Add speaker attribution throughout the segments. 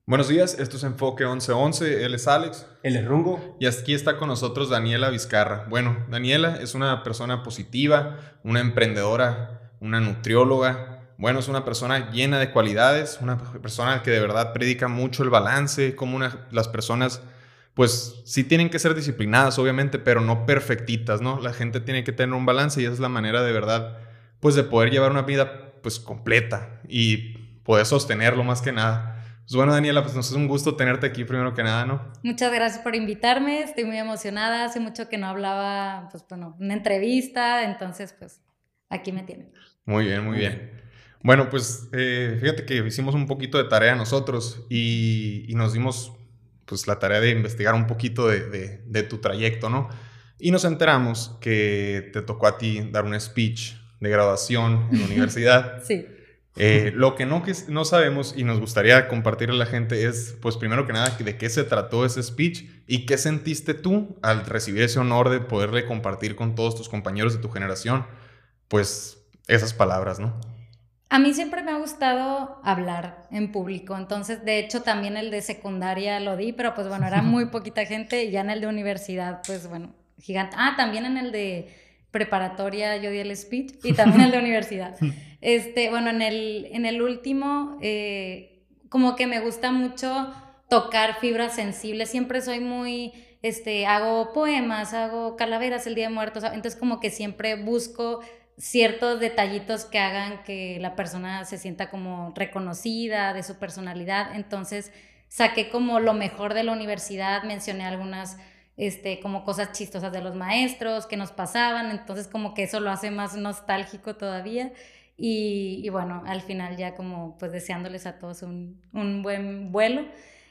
Speaker 1: Buenos días, esto es Enfoque 1111, él es Alex.
Speaker 2: Él es Rungo.
Speaker 1: Y aquí está con nosotros Daniela Vizcarra. Bueno, Daniela es una persona positiva, una emprendedora, una nutrióloga. Bueno, es una persona llena de cualidades, una persona que de verdad predica mucho el balance, como las personas, pues sí tienen que ser disciplinadas, obviamente, pero no perfectitas, ¿no? La gente tiene que tener un balance y esa es la manera de verdad, pues de poder llevar una vida, pues completa y poder sostenerlo más que nada. Pues bueno, Daniela, pues nos es un gusto tenerte aquí primero que nada, ¿no?
Speaker 3: Muchas gracias por invitarme, estoy muy emocionada, hace mucho que no hablaba, pues bueno, una entrevista, entonces pues aquí me tienen.
Speaker 1: Muy bien, muy bien. Bueno, pues fíjate que hicimos un poquito de tarea nosotros y nos dimos pues la tarea de investigar un poquito de tu trayecto, ¿no? Y nos enteramos que te tocó a ti dar un speech de graduación en la universidad.
Speaker 3: Sí.
Speaker 1: Lo que no sabemos y nos gustaría compartirle a la gente es, pues primero que nada, de qué se trató ese speech y qué sentiste tú al recibir ese honor de poderle compartir con todos tus compañeros de tu generación, pues esas palabras, ¿no?
Speaker 3: A mí siempre me ha gustado hablar en público, entonces de hecho también el de secundaria lo di, pero pues bueno, era muy poquita gente y ya en el de universidad, pues bueno, gigante. Ah, también en el de preparatoria yo di el speech y también el de universidad. Bueno, en el último, como que me gusta mucho tocar fibras sensibles, siempre soy muy, hago poemas, hago calaveras el Día de Muertos, entonces como que siempre busco ciertos detallitos que hagan que la persona se sienta como reconocida de su personalidad, entonces saqué como lo mejor de la universidad, mencioné algunas como cosas chistosas de los maestros que nos pasaban, entonces como que eso lo hace más nostálgico todavía y bueno, al final ya como pues deseándoles a todos un buen vuelo,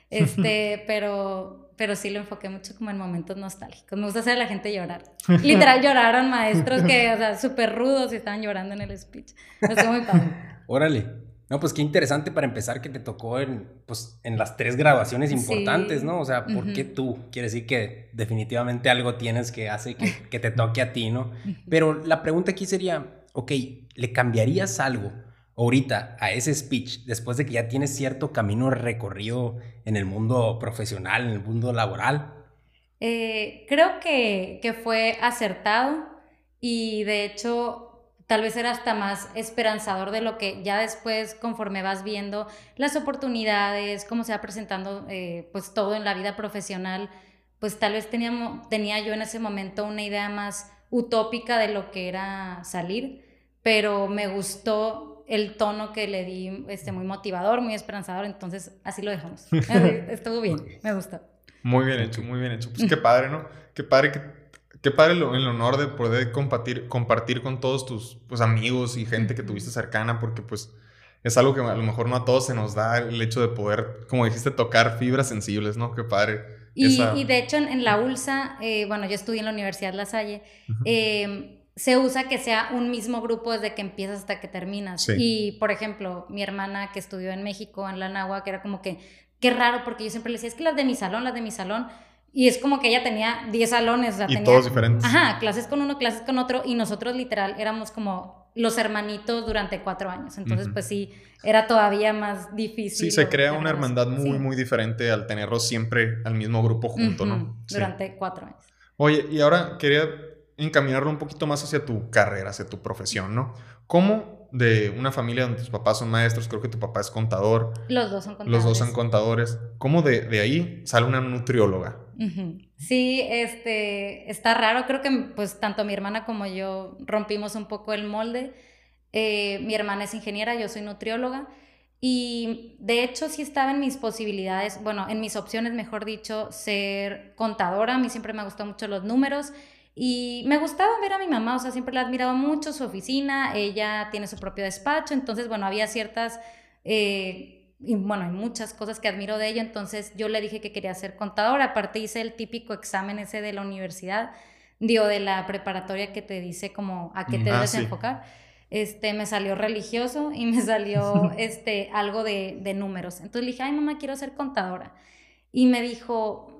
Speaker 3: pero sí lo enfoqué mucho como en momentos nostálgicos. Me gusta hacer a la gente llorar. Literal lloraron maestros que, o sea, súper rudos y estaban llorando en el speech. Estuvo muy padre.
Speaker 2: Órale. No, pues qué interesante para empezar que te tocó pues, en las 3 graduaciones importantes,
Speaker 3: Sí.
Speaker 2: ¿no? O sea, ¿por qué tú? Quiere decir que definitivamente algo tienes que hace que te toque a ti, ¿no? Pero la pregunta aquí sería, ok, ¿le cambiarías algo ahorita a ese speech después de que ya tienes cierto camino recorrido en el mundo profesional, en el mundo laboral?
Speaker 3: Creo que fue acertado y de hecho tal vez era hasta más esperanzador de lo que ya después, conforme vas viendo las oportunidades, cómo se va presentando pues todo en la vida profesional, pues tal vez tenía yo en ese momento una idea más utópica de lo que era salir, pero me gustó el tono que le di, muy motivador, muy esperanzador, entonces así lo dejamos. Estuvo bien, me gustó.
Speaker 1: Muy bien hecho, muy bien hecho. Pues qué padre, ¿no? Qué padre el honor de poder compartir con todos tus pues, amigos y gente que tuviste cercana, porque pues es algo que a lo mejor no a todos se nos da el hecho de poder, como dijiste, tocar fibras sensibles, ¿no? Qué padre.
Speaker 3: Y de hecho en la ULSA, bueno, yo estudié en la Universidad La Salle, se usa que sea un mismo grupo desde que empiezas hasta que terminas.
Speaker 1: Sí.
Speaker 3: Y, por ejemplo, mi hermana que estudió en México, en la Náhuac, que era como que, qué raro, porque yo siempre le decía, es que las de mi salón, y es como que ella tenía 10 salones, o sea,
Speaker 1: y
Speaker 3: tenía,
Speaker 1: todos diferentes.
Speaker 3: Ajá, clases con uno, clases con otro, y nosotros literal éramos como los hermanitos durante 4 años, entonces pues sí, era todavía más difícil.
Speaker 1: Sí, se crea una hermandad muy,
Speaker 3: sí,
Speaker 1: muy diferente al tenerlos siempre al mismo grupo junto, ¿no?
Speaker 3: Durante 4 años.
Speaker 1: Oye, y ahora quería encaminarlo un poquito más hacia tu carrera, hacia tu profesión, ¿no? ¿Cómo de una familia donde tus papás son maestros, creo que tu papá es contador?
Speaker 3: Los dos son contadores.
Speaker 1: Los dos son contadores. ¿Cómo de ahí sale una nutrióloga?
Speaker 3: Sí, está raro. Creo que pues tanto mi hermana como yo rompimos un poco el molde. Mi hermana es ingeniera, yo soy nutrióloga. Y de hecho sí estaba en mis posibilidades, bueno, en mis opciones, mejor dicho, ser contadora. A mí siempre me gustó mucho los números y me gustaba ver a mi mamá, o sea, siempre la admiraba mucho, su oficina, ella tiene su propio despacho, entonces, bueno, había ciertas, y bueno, hay muchas cosas que admiro de ella, entonces yo le dije que quería ser contadora, aparte hice el típico examen ese de la universidad, digo, de la preparatoria que te dice como a qué te debes enfocar. Me salió religioso y me salió algo de números. Entonces le dije, ay mamá, quiero ser contadora. Y me dijo,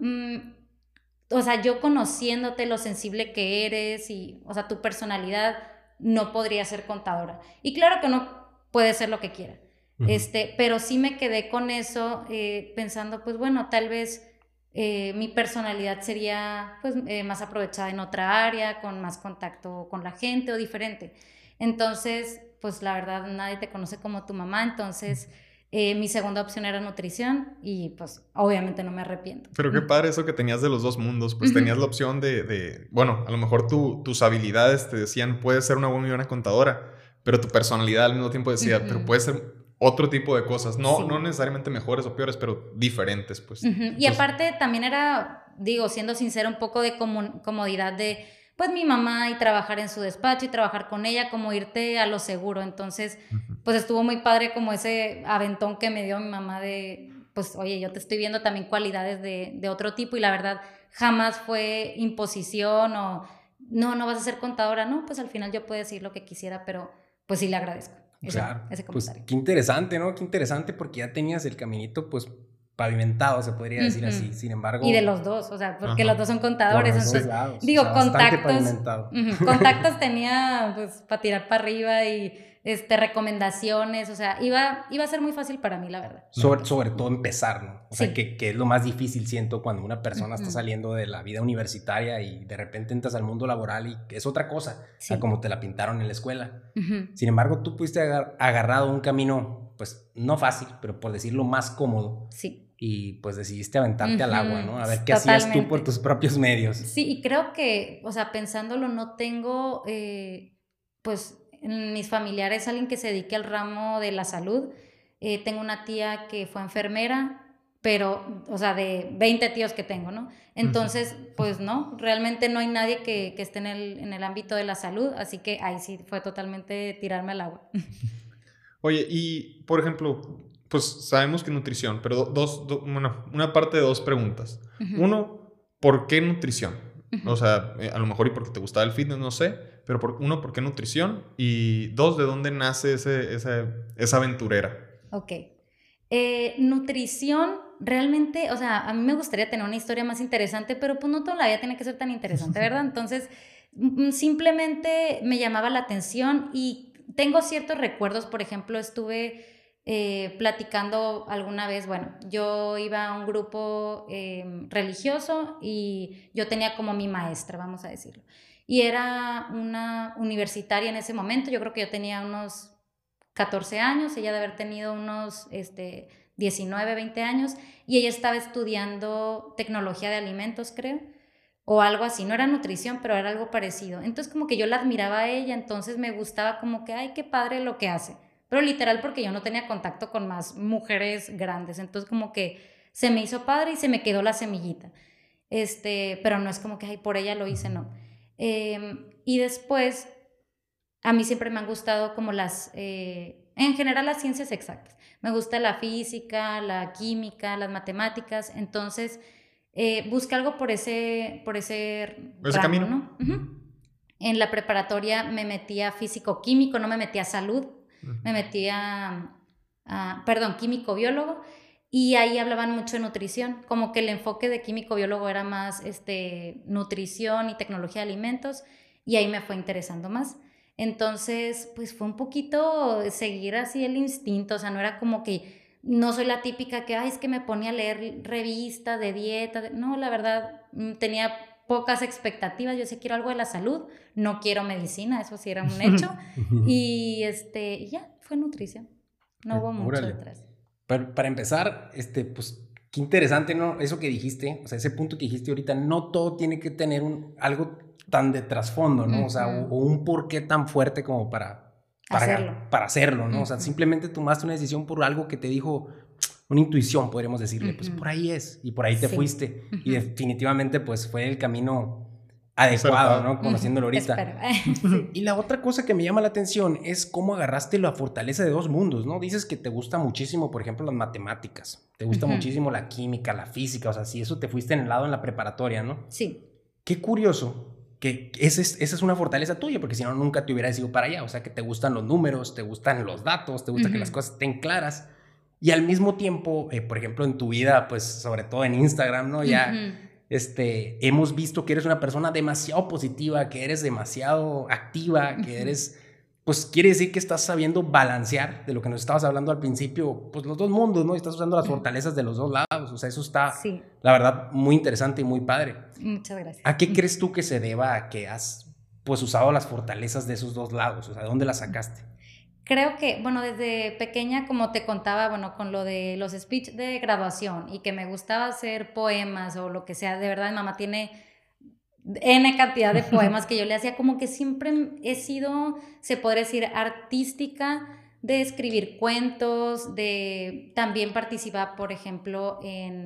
Speaker 3: o sea, yo conociéndote lo sensible que eres y, o sea, tu personalidad, no podría ser contadora. Y claro que no puede ser lo que quiera. Pero sí me quedé con eso pensando, pues bueno, tal vez mi personalidad sería pues más aprovechada en otra área, con más contacto con la gente o diferente. Entonces, pues la verdad nadie te conoce como tu mamá, entonces mi segunda opción era nutrición y pues obviamente no me arrepiento.
Speaker 1: Pero qué padre eso que tenías de los dos mundos, pues tenías la opción bueno, a lo mejor tus habilidades te decían, puedes ser una muy buena contadora, pero tu personalidad al mismo tiempo decía, pero puedes ser otro tipo de cosas, no necesariamente mejores o peores, pero diferentes, pues.
Speaker 3: Y aparte también era, digo, siendo sincera, un poco de comodidad de, pues mi mamá y trabajar en su despacho y trabajar con ella, como irte a lo seguro. Entonces, pues estuvo muy padre como ese aventón que me dio mi mamá de, pues oye, yo te estoy viendo también cualidades de otro tipo y la verdad jamás fue imposición o no vas a ser contadora, no, pues al final yo puedo decir lo que quisiera, pero pues sí le agradezco.
Speaker 2: Claro,
Speaker 3: ese
Speaker 2: pues qué interesante, ¿no? Qué interesante porque ya tenías el caminito, pues, pavimentado, se podría decir así. Sin embargo...
Speaker 3: Y de los dos, o sea, porque los dos son contadores.
Speaker 2: Por los
Speaker 3: entonces,
Speaker 2: dos lados,
Speaker 3: digo,
Speaker 2: o sea, bastante
Speaker 3: contactos...
Speaker 2: pavimentado.
Speaker 3: Contactos tenía, pues, para tirar para arriba y recomendaciones, o sea, iba a ser muy fácil para mí, la verdad.
Speaker 2: Sobre todo empezar, ¿no? O sea,
Speaker 3: Sí.
Speaker 2: que es lo más difícil, siento, cuando una persona está saliendo de la vida universitaria y de repente entras al mundo laboral y es otra cosa, a como te la pintaron en la escuela. Sin embargo, tú pudiste agarrado un camino, pues, no fácil, pero por decirlo más cómodo.
Speaker 3: Sí.
Speaker 2: Y pues decidiste aventarte al agua, ¿no? A ver qué hacías tú por tus propios medios.
Speaker 3: Sí, y creo que, o sea, pensándolo, no tengo, pues, en mis familiares alguien que se dedique al ramo de la salud. Tengo una tía que fue enfermera, pero, o sea, de 20 tíos que tengo, ¿no? Entonces, pues no, realmente no hay nadie que esté en el ámbito de la salud, así que ahí sí fue totalmente tirarme al agua.
Speaker 1: Oye, y por ejemplo, pues sabemos que nutrición, pero una parte de dos preguntas. Uno, ¿por qué nutrición? O sea, a lo mejor y porque te gustaba el fitness, no sé, pero ¿por qué nutrición? Y dos, ¿de dónde nace esa aventurera?
Speaker 3: Ok. Nutrición, realmente, o sea, a mí me gustaría tener una historia más interesante, pero pues no toda la vida tiene que ser tan interesante, ¿verdad? Entonces, simplemente me llamaba la atención y tengo ciertos recuerdos. Por ejemplo, estuve platicando alguna vez, bueno, yo iba a un grupo religioso y yo tenía como mi maestra, vamos a decirlo, y era una universitaria en ese momento. Yo creo que yo tenía unos 14 años, ella de haber tenido unos 19, 20 años, y ella estaba estudiando tecnología de alimentos, creo, o algo así. No era nutrición, pero era algo parecido. Entonces como que yo la admiraba a ella, entonces me gustaba como que, ay, qué padre lo que hace. Pero literal porque yo no tenía contacto con más mujeres grandes, entonces como que se me hizo padre y se me quedó la semillita. Pero no es como que, ay, por ella lo hice, no. Y después, a mí siempre me han gustado como en general las ciencias exactas. Me gusta la física, la química, las matemáticas, entonces busqué algo por ese ramo,
Speaker 1: camino,
Speaker 3: ¿no? En la preparatoria me metí a físico-químico, no me metí a salud, me metí a químico-biólogo, y ahí hablaban mucho de nutrición, como que el enfoque de químico-biólogo era más nutrición y tecnología de alimentos, y ahí me fue interesando más. Entonces, pues fue un poquito seguir así el instinto, o sea, no era como que, no soy la típica que, ay, es que me ponía a leer revistas de dieta, no, la verdad, tenía pocas expectativas. Yo sí quiero algo de la salud, no quiero medicina, eso sí era un hecho, y ya, fue nutrición, no hubo mucho detrás.
Speaker 2: Pero para empezar, pues, qué interesante, ¿no? Eso que dijiste, o sea, ese punto que dijiste ahorita, no todo tiene que tener algo tan de trasfondo, ¿no? O sea, o un porqué tan fuerte como para hacerlo, ¿no? O sea, simplemente tomaste una decisión por algo que te dijo, una intuición, podríamos decirle, pues por ahí es, y por ahí te fuiste, y definitivamente, pues, fue el camino adecuado, ¿no? Conociéndolo ahorita. Y la otra cosa que me llama la atención es cómo agarraste la fortaleza de dos mundos, ¿no? Dices que te gusta muchísimo, por ejemplo, las matemáticas, te gusta muchísimo la química, la física, o sea, si eso te fuiste en el lado en la preparatoria, ¿no?
Speaker 3: Sí.
Speaker 2: Qué curioso que esa es una fortaleza tuya, porque si no, nunca te hubieras ido para allá. O sea, que te gustan los números, te gustan los datos, te gusta que las cosas estén claras. Y al mismo tiempo, por ejemplo, en tu vida, pues, sobre todo en Instagram, ¿no? Ya, hemos visto que eres una persona demasiado positiva, que eres demasiado activa, que eres pues quiere decir que estás sabiendo balancear de lo que nos estabas hablando al principio, pues los dos mundos, ¿no? Y estás usando las fortalezas de los dos lados. O sea, eso está,
Speaker 3: Sí.
Speaker 2: la verdad, muy interesante y muy padre.
Speaker 3: Muchas gracias.
Speaker 2: ¿A qué crees tú que se deba a que has, pues, usado las fortalezas de esos dos lados? O sea, ¿de dónde las sacaste?
Speaker 3: Creo que, bueno, desde pequeña, como te contaba, bueno, con lo de los speech de graduación y que me gustaba hacer poemas o lo que sea, de verdad mi mamá tiene N cantidad de poemas que yo le hacía, como que siempre he sido, se podría decir, artística, de escribir cuentos, de también participar, por ejemplo,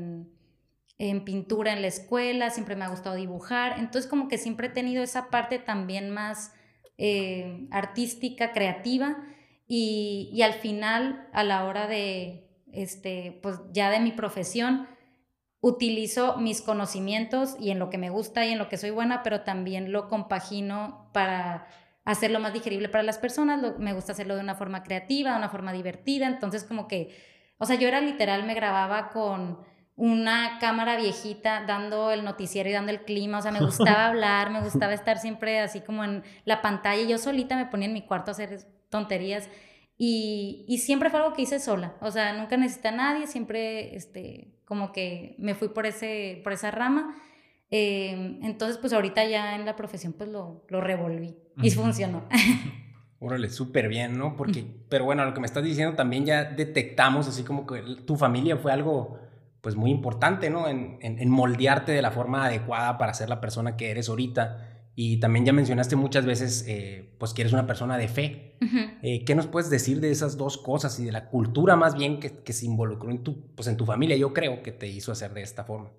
Speaker 3: en pintura en la escuela, siempre me ha gustado dibujar, entonces como que siempre he tenido esa parte también más artística, creativa, y al final, a la hora de, pues ya de mi profesión, utilizo mis conocimientos y en lo que me gusta y en lo que soy buena, pero también lo compagino para hacerlo más digerible para las personas. Me gusta hacerlo de una forma creativa, de una forma divertida. Entonces, como que, o sea, yo era literal, me grababa con una cámara viejita dando el noticiero y dando el clima. O sea, me gustaba hablar, me gustaba estar siempre así como en la pantalla. Y yo solita me ponía en mi cuarto a hacer tonterías. Y siempre fue algo que hice sola. O sea, nunca necesité a nadie, siempre como que me fui por esa rama. Entonces, pues ahorita ya en la profesión pues lo revolví y funcionó.
Speaker 2: Órale, súper bien, ¿no? Porque, pero bueno, lo que me estás diciendo también ya detectamos así como que tu familia fue algo pues muy importante, ¿no? En moldearte de la forma adecuada para ser la persona que eres ahorita. Y también ya mencionaste muchas veces pues que eres una persona de fe. ¿Qué nos puedes decir de esas dos cosas y de la cultura más bien que se involucró en tu familia? Yo creo que te hizo hacer de esta forma.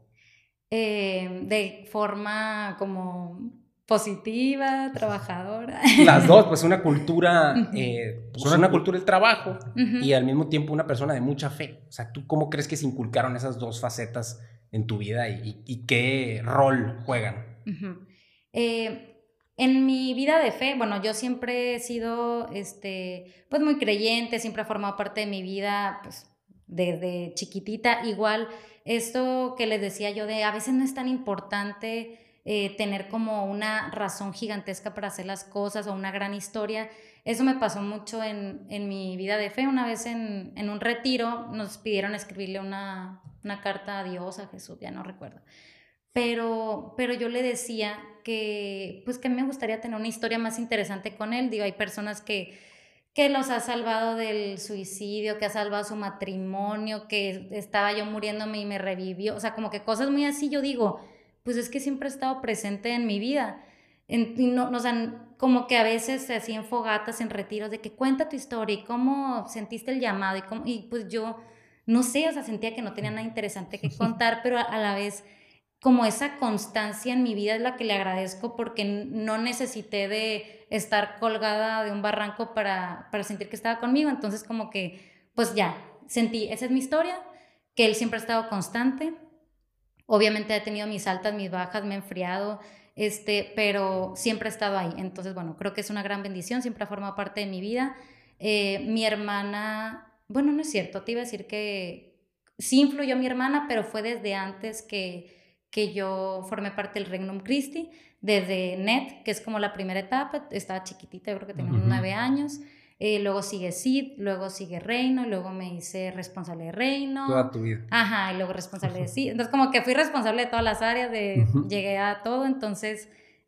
Speaker 3: De forma como positiva, trabajadora.
Speaker 2: Las dos, pues una cultura, pues una cultura del trabajo y al mismo tiempo una persona de mucha fe. O sea, ¿tú cómo crees que se inculcaron esas dos facetas en tu vida y qué rol juegan?
Speaker 3: En mi vida de fe, bueno, yo siempre he sido, pues muy creyente, siempre ha formado parte de mi vida, pues desde chiquitita. Igual, esto que les decía yo de a veces no es tan importante tener como una razón gigantesca para hacer las cosas o una gran historia. Eso me pasó mucho en mi vida de fe. Una vez en un retiro nos pidieron escribirle una carta a Dios, a Jesús, ya no recuerdo. Pero yo le decía que, pues que me gustaría tener una historia más interesante con él. Digo, hay personas que los ha salvado del suicidio, que ha salvado su matrimonio, que estaba yo muriéndome y me revivió. O sea, como que cosas muy así. Yo digo, pues es que siempre ha estado presente en mi vida. O sea, como que a veces así en fogatas, en retiros, de que cuenta tu historia y cómo sentiste el llamado. Y pues yo, no sé, o sea, sentía que no tenía nada interesante que contar, pero a la vez como esa constancia en mi vida es la que le agradezco porque no necesité de estar colgada de un barranco para sentir que estaba conmigo. Entonces como que, pues ya, sentí, esa es mi historia, que él siempre ha estado constante. Obviamente he tenido mis altas, mis bajas, me he enfriado, pero siempre ha estado ahí. Entonces, bueno, creo que es una gran bendición, siempre ha formado parte de mi vida. Mi hermana, bueno, no es cierto, te iba a decir que sí influyó mi hermana, pero fue desde antes que yo formé parte del Regnum Christi, desde NET, que es como la primera etapa. Estaba chiquitita, yo creo que tenía unos 9 años. Luego sigue CID, luego sigue Reino, luego me hice responsable de Reino.
Speaker 2: Toda tu vida.
Speaker 3: Ajá, y luego responsable de CID. Entonces como que fui responsable de todas las áreas, llegué a todo. Entonces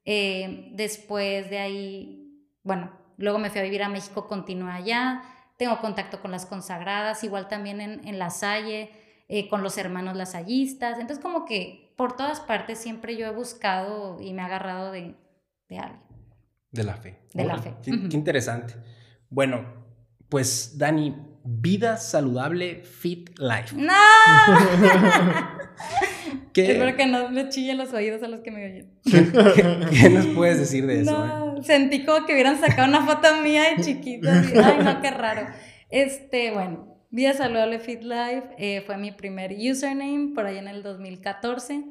Speaker 3: después de ahí, bueno, luego me fui a vivir a México, continué allá. Tengo contacto con las consagradas, igual también en La Salle, con los hermanos lasallistas. Entonces como que por todas partes siempre yo he buscado y me he agarrado de alguien.
Speaker 2: De la fe.
Speaker 3: De la fe.
Speaker 2: Qué interesante. Bueno, pues Dani, vida saludable, fit life.
Speaker 3: ¡No! Espero que no le chillen los oídos a los que me oyen.
Speaker 2: ¿Qué nos puedes decir de eso?
Speaker 3: No, sentí como que hubieran sacado una foto mía de chiquita. Así. Ay, no, qué raro. Bueno. Vida Saludable Fit Life fue mi primer username por ahí en el 2014.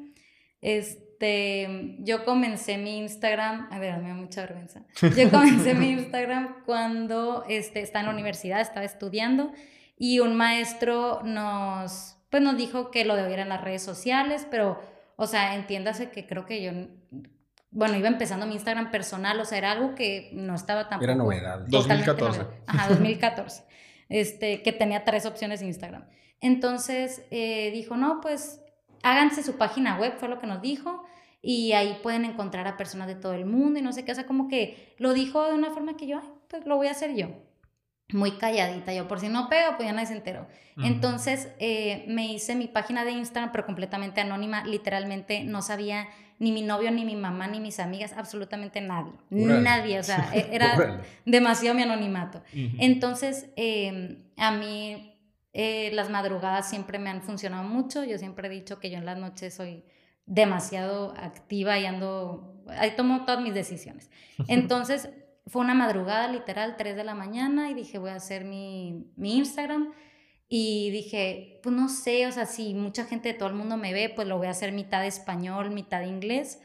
Speaker 3: Yo comencé mi Instagram, a ver, me da mucha vergüenza. Yo comencé mi Instagram cuando estaba en la universidad, estaba estudiando y un maestro nos dijo que lo debiera en las redes sociales, pero, o sea, entiéndase que creo que yo bueno, iba empezando mi Instagram personal, o sea, era algo que no estaba tampoco...
Speaker 2: Era novedad.
Speaker 1: 2014.
Speaker 3: Novedad. Ajá, 2014. Que tenía 3 opciones en Instagram. Entonces dijo, no, pues háganse su página web, fue lo que nos dijo, y ahí pueden encontrar a personas de todo el mundo y no sé qué, o sea, como que lo dijo de una forma que yo, ay, pues lo voy a hacer yo. Muy calladita, yo por si no pego, pues ya nadie se enteró. Entonces me hice mi página de Instagram, pero completamente anónima, literalmente no sabía ni mi novio, ni mi mamá, ni mis amigas, absolutamente nadie.
Speaker 2: Órale.
Speaker 3: Nadie, o sea, era demasiado mi anonimato. Entonces, a mí las madrugadas siempre me han funcionado mucho. Yo siempre he dicho que yo en las noches soy demasiado activa y ahí tomo todas mis decisiones. Entonces, fue una madrugada, literal, 3 de la mañana, y dije, voy a hacer mi Instagram. Y dije, pues no sé, o sea, si mucha gente de todo el mundo me ve, pues lo voy a hacer mitad español, mitad inglés.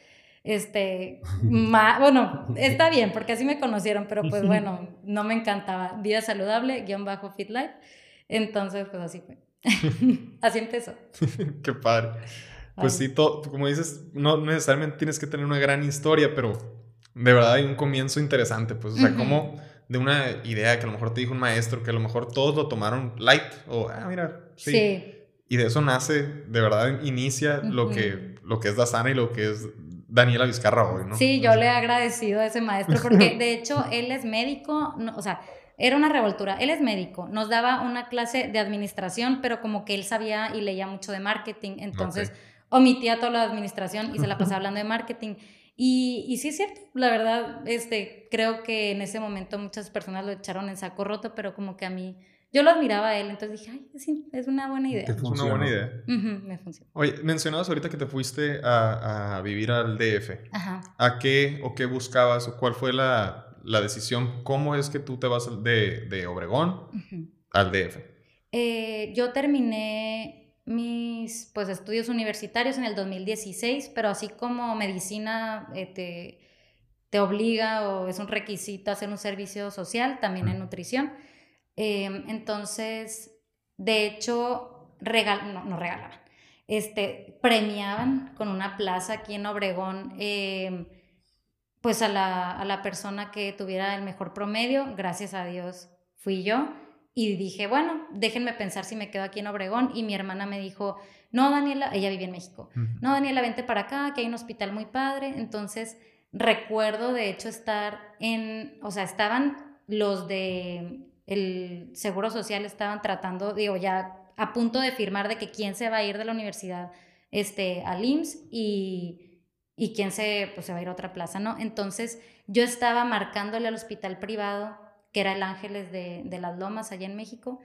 Speaker 3: Bueno, está bien, porque así me conocieron, pero pues bueno, no me encantaba. Vida saludable, _FitLife. Entonces, pues así fue. Así empezó.
Speaker 1: Qué padre. Pues sí, como dices, no necesariamente tienes que tener una gran historia, pero de verdad hay un comienzo interesante, pues, o sea, como de una idea que a lo mejor te dijo un maestro, que a lo mejor todos lo tomaron light, o, mira, sí. Y de eso nace, de verdad, inicia lo que es Dasana y lo que es Daniela Vizcarra hoy, ¿no?
Speaker 3: Sí, yo le he agradecido a ese maestro, porque de hecho él es médico, o sea, era una revoltura. Él es médico, nos daba una clase de administración, pero como que él sabía y leía mucho de marketing, entonces omitía toda la administración y se la pasaba hablando de marketing. Y sí es cierto, la verdad, creo que en ese momento muchas personas lo echaron en saco roto, pero como que a mí, yo lo admiraba a él, entonces dije, ay, sí, es una buena idea.
Speaker 1: Es una buena idea.
Speaker 3: Me funcionó.
Speaker 1: Oye, mencionabas ahorita que te fuiste a vivir al DF.
Speaker 3: Ajá.
Speaker 1: ¿A qué o qué buscabas o cuál fue la decisión? ¿Cómo es que tú te vas de Obregón al DF?
Speaker 3: Yo terminé mis estudios universitarios en el 2016, pero así como medicina te obliga o es un requisito hacer un servicio social, también en nutrición. Entonces, de hecho, no regalaban, premiaban con una plaza aquí en Obregón, pues a la persona que tuviera el mejor promedio. Gracias a Dios fui yo. Y dije, bueno, déjenme pensar si me quedo aquí en Obregón. Y mi hermana me dijo, no, Daniela, ella vivía en México. No, Daniela, vente para acá, que hay un hospital muy padre. Entonces, recuerdo, de hecho, estaban los de el Seguro Social, estaban tratando, ya a punto de firmar de que quién se va a ir de la universidad al IMSS y quién se va a ir a otra plaza, ¿no? Entonces, yo estaba marcándole al hospital privado, que era el Ángeles de las Lomas, allá en México,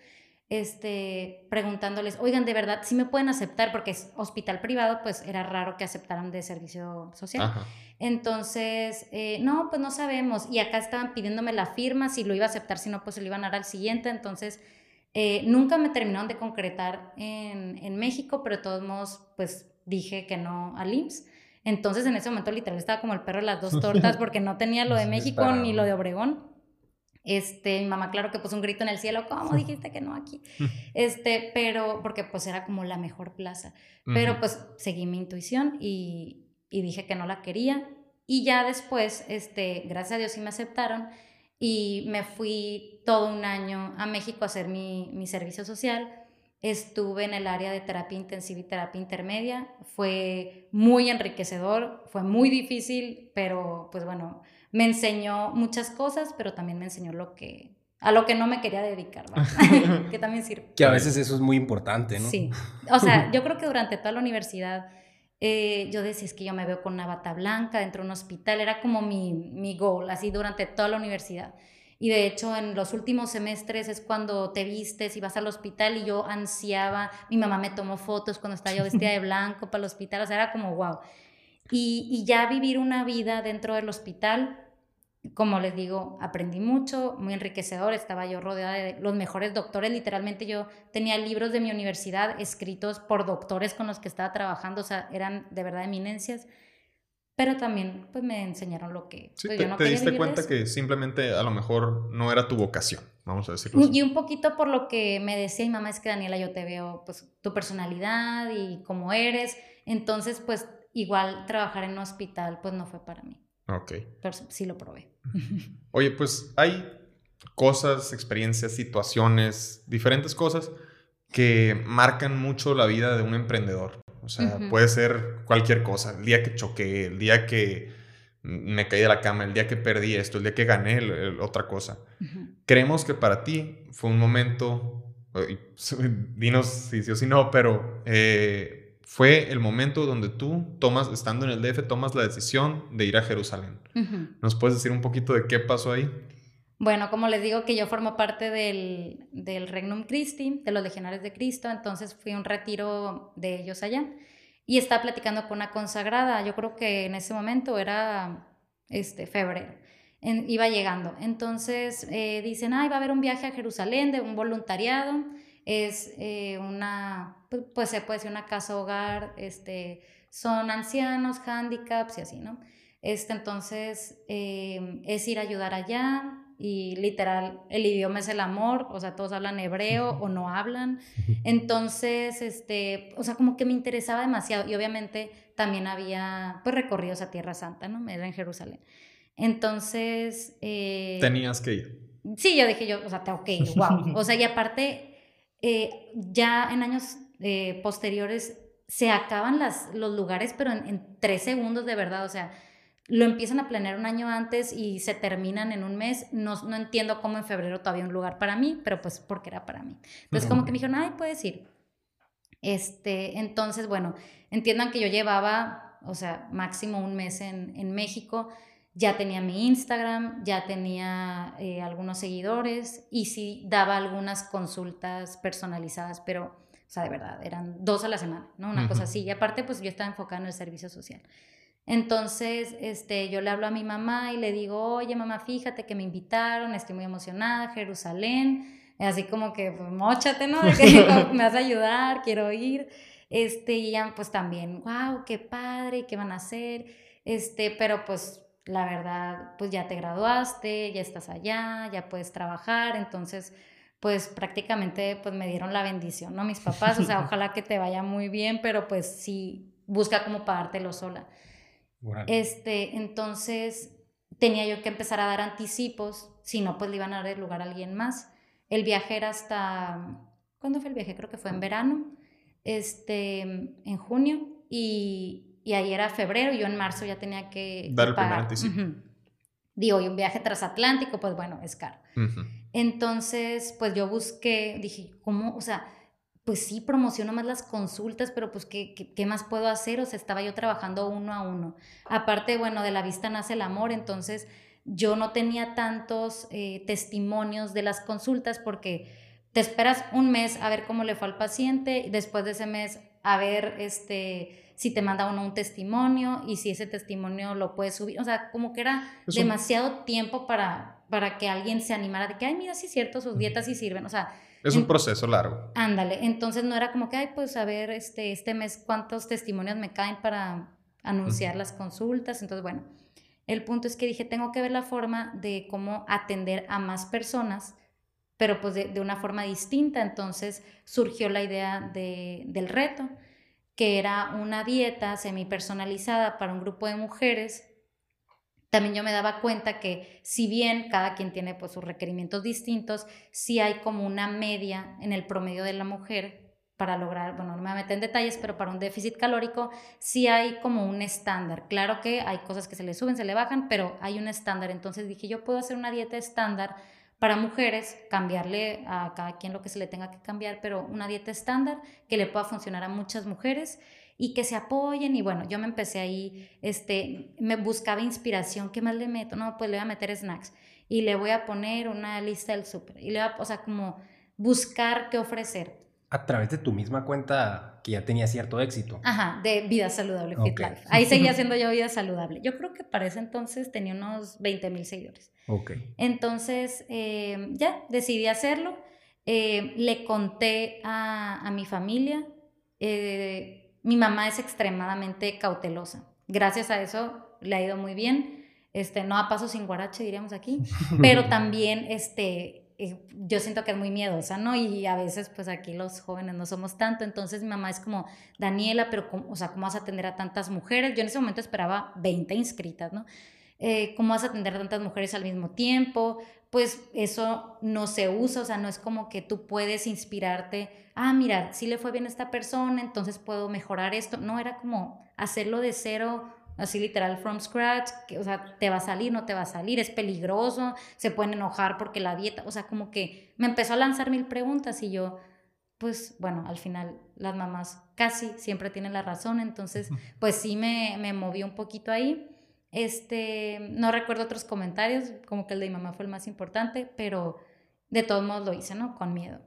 Speaker 3: preguntándoles, oigan, de verdad, ¿sí me pueden aceptar? Porque es hospital privado, pues era raro que aceptaran de servicio social. Ajá. Entonces, no, pues no sabemos. Y acá estaban pidiéndome la firma, si lo iba a aceptar, si no, pues se lo iban a dar al siguiente. Entonces, nunca me terminaron de concretar en México, pero de todos modos, pues dije que no al IMSS. Entonces, en ese momento, literal, estaba como el perro de las 2 tortas, porque no tenía lo de México ni lo de Obregón. Mi mamá, claro que puso un grito en el cielo, ¿cómo dijiste que no aquí? Pero, porque pues era como la mejor plaza. Pero pues seguí mi intuición y dije que no la quería. Y ya después, gracias a Dios sí me aceptaron y me fui todo un año a México a hacer mi servicio social. Estuve en el área de terapia intensiva y terapia intermedia. Fue muy enriquecedor, fue muy difícil, pero pues bueno, me enseñó muchas cosas, pero también me enseñó a lo que no me quería dedicar, ¿verdad? Que también sirve.
Speaker 2: Que a veces eso es muy importante, ¿no?
Speaker 3: Sí. O sea, yo creo que durante toda la universidad yo decía, es que yo me veo con una bata blanca dentro de un hospital. Era como mi goal, así durante toda la universidad. Y de hecho, en los últimos semestres es cuando te vistes y vas al hospital, y yo ansiaba. Mi mamá me tomó fotos cuando estaba yo vestida de blanco para el hospital. O sea, era como wow. Y ya vivir una vida dentro del hospital, como les digo, aprendí mucho, muy enriquecedor. Estaba yo rodeada de los mejores doctores. Literalmente yo tenía libros de mi universidad escritos por doctores con los que estaba trabajando. O sea, eran de verdad eminencias. Pero también pues me enseñaron lo que
Speaker 1: sí,
Speaker 3: pues, yo no
Speaker 1: te
Speaker 3: quería
Speaker 1: diste
Speaker 3: vivir
Speaker 1: cuenta
Speaker 3: de eso.
Speaker 1: que simplemente a lo mejor no era tu vocación, vamos a decirlo así.
Speaker 3: Y un poquito por lo que me decía mi mamá, es que Daniela, yo te veo pues tu personalidad y cómo eres. Entonces pues igual trabajar en un hospital pues no fue para mí.
Speaker 1: Ok.
Speaker 3: Pero sí lo probé.
Speaker 1: Oye, pues hay cosas, experiencias, situaciones, diferentes cosas que marcan mucho la vida de un emprendedor. O sea, puede ser cualquier cosa. El día que choqué, el día que me caí de la cama, el día que perdí esto, el día que gané otra cosa. Creemos que para ti fue un momento, dinos si sí o si no, pero fue el momento donde tú estando en el DF, tomas la decisión de ir a Jerusalén. ¿Nos puedes decir un poquito de qué pasó ahí?
Speaker 3: Bueno, como les digo que yo formo parte del Regnum Christi, de los Legionarios de Cristo, entonces fui a un retiro de ellos allá y estaba platicando con una consagrada, yo creo que en ese momento era febrero, iba llegando, entonces dicen, va a haber un viaje a Jerusalén de un voluntariado, es pues se puede decir una casa hogar, son ancianos, handicaps y así, ¿no? Entonces es ir a ayudar allá. Y literal, el idioma es el amor, o sea, todos hablan hebreo o no hablan. Entonces, o sea, como que me interesaba demasiado. Y obviamente también había, pues, recorridos a Tierra Santa, ¿no? Era en Jerusalén. Entonces...
Speaker 1: Tenías que ir.
Speaker 3: Sí, o sea, tengo que ir, wow. O sea, y aparte, ya en años posteriores se acaban los lugares, pero en 3 segundos de verdad, o sea... Lo empiezan a planear un año antes y se terminan en un mes. No entiendo cómo en febrero todavía hay un lugar para mí, pero pues porque era para mí. Entonces como que me dijeron, puedes ir. Entonces, bueno, entiendan que yo llevaba, o sea, máximo un mes en México. Ya tenía mi Instagram, ya tenía algunos seguidores y sí daba algunas consultas personalizadas, pero, o sea, de verdad, eran 2 a la semana, ¿no? Una cosa así. Y aparte, pues yo estaba enfocada en el servicio social. Entonces, yo le hablo a mi mamá y le digo, oye, mamá, fíjate que me invitaron, estoy muy emocionada, Jerusalén, así como que, pues, móchate, ¿no? De que me vas a ayudar, quiero ir, y ya, pues, también, wow, qué padre, ¿qué van a hacer? Pero, pues, la verdad, pues, ya te graduaste, ya estás allá, ya puedes trabajar, entonces, pues, prácticamente, pues, me dieron la bendición, ¿no? Mis papás, o sea, ojalá que te vaya muy bien, pero, pues, sí, busca como pagártelo sola. Entonces tenía yo que empezar a dar anticipos, si no, pues le iban a dar el lugar a alguien más. El viaje era hasta, ¿cuándo fue el viaje? Creo que fue en verano, en junio, y ahí era febrero, y yo en marzo ya tenía que
Speaker 1: dar el
Speaker 3: pagar.
Speaker 1: primer anticipo.
Speaker 3: Digo, y un viaje transatlántico, pues bueno, es caro. Entonces, pues yo busqué, dije, ¿cómo? O sea, pues sí, promociono más las consultas, pero pues ¿qué más puedo hacer? O sea, estaba yo trabajando 1 a 1. Aparte, bueno, de la vista nace el amor, entonces yo no tenía tantos testimonios de las consultas porque te esperas un mes a ver cómo le fue al paciente, y después de ese mes a ver si te manda uno un testimonio y si ese testimonio lo puedes subir. O sea, como que era demasiado tiempo para que alguien se animara de que, mira, sí es cierto, sus dietas sí sirven. O sea,
Speaker 1: es un proceso largo.
Speaker 3: Ándale, entonces no era como que, pues a ver, este mes cuántos testimonios me caen para anunciar las consultas. Entonces, bueno, el punto es que dije, tengo que ver la forma de cómo atender a más personas, pero pues de una forma distinta. Entonces surgió la idea del reto, que era una dieta semi-personalizada para un grupo de mujeres. También yo me daba cuenta que si bien cada quien tiene pues sus requerimientos distintos, sí hay como una media en el promedio de la mujer para lograr, bueno, no me voy a meter en detalles, pero para un déficit calórico sí hay como un estándar. Claro que hay cosas que se le suben, se le bajan, pero hay un estándar. Entonces dije, yo puedo hacer una dieta estándar para mujeres, cambiarle a cada quien lo que se le tenga que cambiar, pero una dieta estándar que le pueda funcionar a muchas mujeres y que se apoyen. Y bueno, yo me empecé ahí, me buscaba inspiración. ¿Qué más le meto? No, pues le voy a meter snacks y le voy a poner una lista del súper y o sea, como buscar qué ofrecer.
Speaker 2: A través de tu misma cuenta que ya tenía cierto éxito.
Speaker 3: Ajá, de Vida Saludable, Fit Life. Ahí seguía haciendo yo Vida Saludable. Yo creo que para ese entonces tenía unos 20,000 seguidores. Entonces, ya decidí hacerlo. Le conté a mi familia. Mi mamá es extremadamente cautelosa. Gracias a eso le ha ido muy bien. No a paso sin guarache, diríamos aquí. Pero también, yo siento que es muy miedosa, ¿no? Y a veces, pues aquí los jóvenes no somos tanto. Entonces mi mamá es como, Daniela, pero o sea, ¿cómo vas a atender a tantas mujeres? Yo en ese momento esperaba 20 inscritas, ¿no? ¿cómo vas a atender a tantas mujeres al mismo tiempo? Pues eso no se usa, o sea, no es como que tú puedes inspirarte, mira, si le fue bien a esta persona, entonces puedo mejorar esto. No, era como hacerlo de cero, así literal, from scratch, que, o sea, te va a salir, no te va a salir, es peligroso, se pueden enojar porque la dieta, o sea, como que me empezó a lanzar mil preguntas y yo, pues bueno, al final las mamás casi siempre tienen la razón, entonces pues sí me moví un poquito ahí. No recuerdo otros comentarios, como que el de mi mamá fue el más importante, pero de todos modos lo hice, ¿no? Con miedo.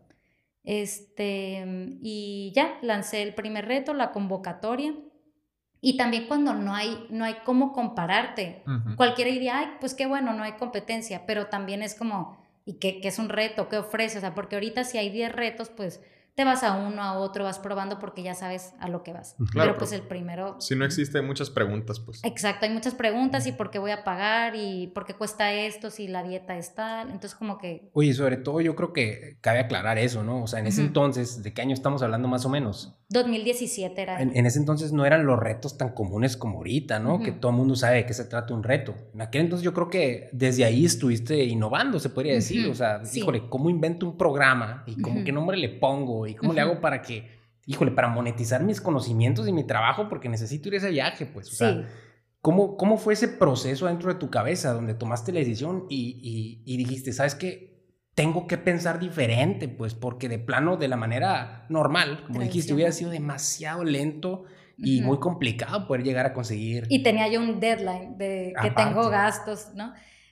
Speaker 3: Y ya, lancé el primer reto, la convocatoria, y también cuando no hay cómo compararte, cualquiera diría, ay, pues qué bueno, no hay competencia, pero también es como, ¿y qué es un reto? ¿Qué ofrece? O sea, porque ahorita si hay 10 retos, pues te vas a uno, a otro, vas probando porque ya sabes a lo que vas.
Speaker 1: Claro,
Speaker 3: pero pues el primero...
Speaker 1: Si no existe, hay muchas preguntas, pues.
Speaker 3: Exacto, hay muchas preguntas, y por qué voy a pagar, y por qué cuesta esto, si la dieta es tal, entonces como que...
Speaker 2: Oye, sobre todo yo creo que cabe aclarar eso, ¿no? O sea, en ese entonces, ¿de qué año estamos hablando más o menos?
Speaker 3: 2017 era.
Speaker 2: En ese entonces no eran los retos tan comunes como ahorita, ¿no? Que todo el mundo sabe de qué se trata un reto. En aquel entonces yo creo que desde ahí estuviste innovando, se podría decir. O sea,
Speaker 3: Sí.
Speaker 2: híjole, ¿cómo invento un programa? ¿Y cómo qué nombre le pongo? ¿Y cómo le hago para que, híjole, para monetizar mis conocimientos y mi trabajo? Porque necesito ir a ese viaje, pues. O sea, ¿cómo fue ese proceso dentro de tu cabeza donde tomaste la decisión y dijiste, ¿sabes qué? Tengo que pensar diferente, pues, porque de plano, de la manera normal, como dijiste, hubiera sido demasiado lento y muy complicado poder llegar a conseguir.
Speaker 3: Y tenía yo un deadline de que tengo gastos, ¿no?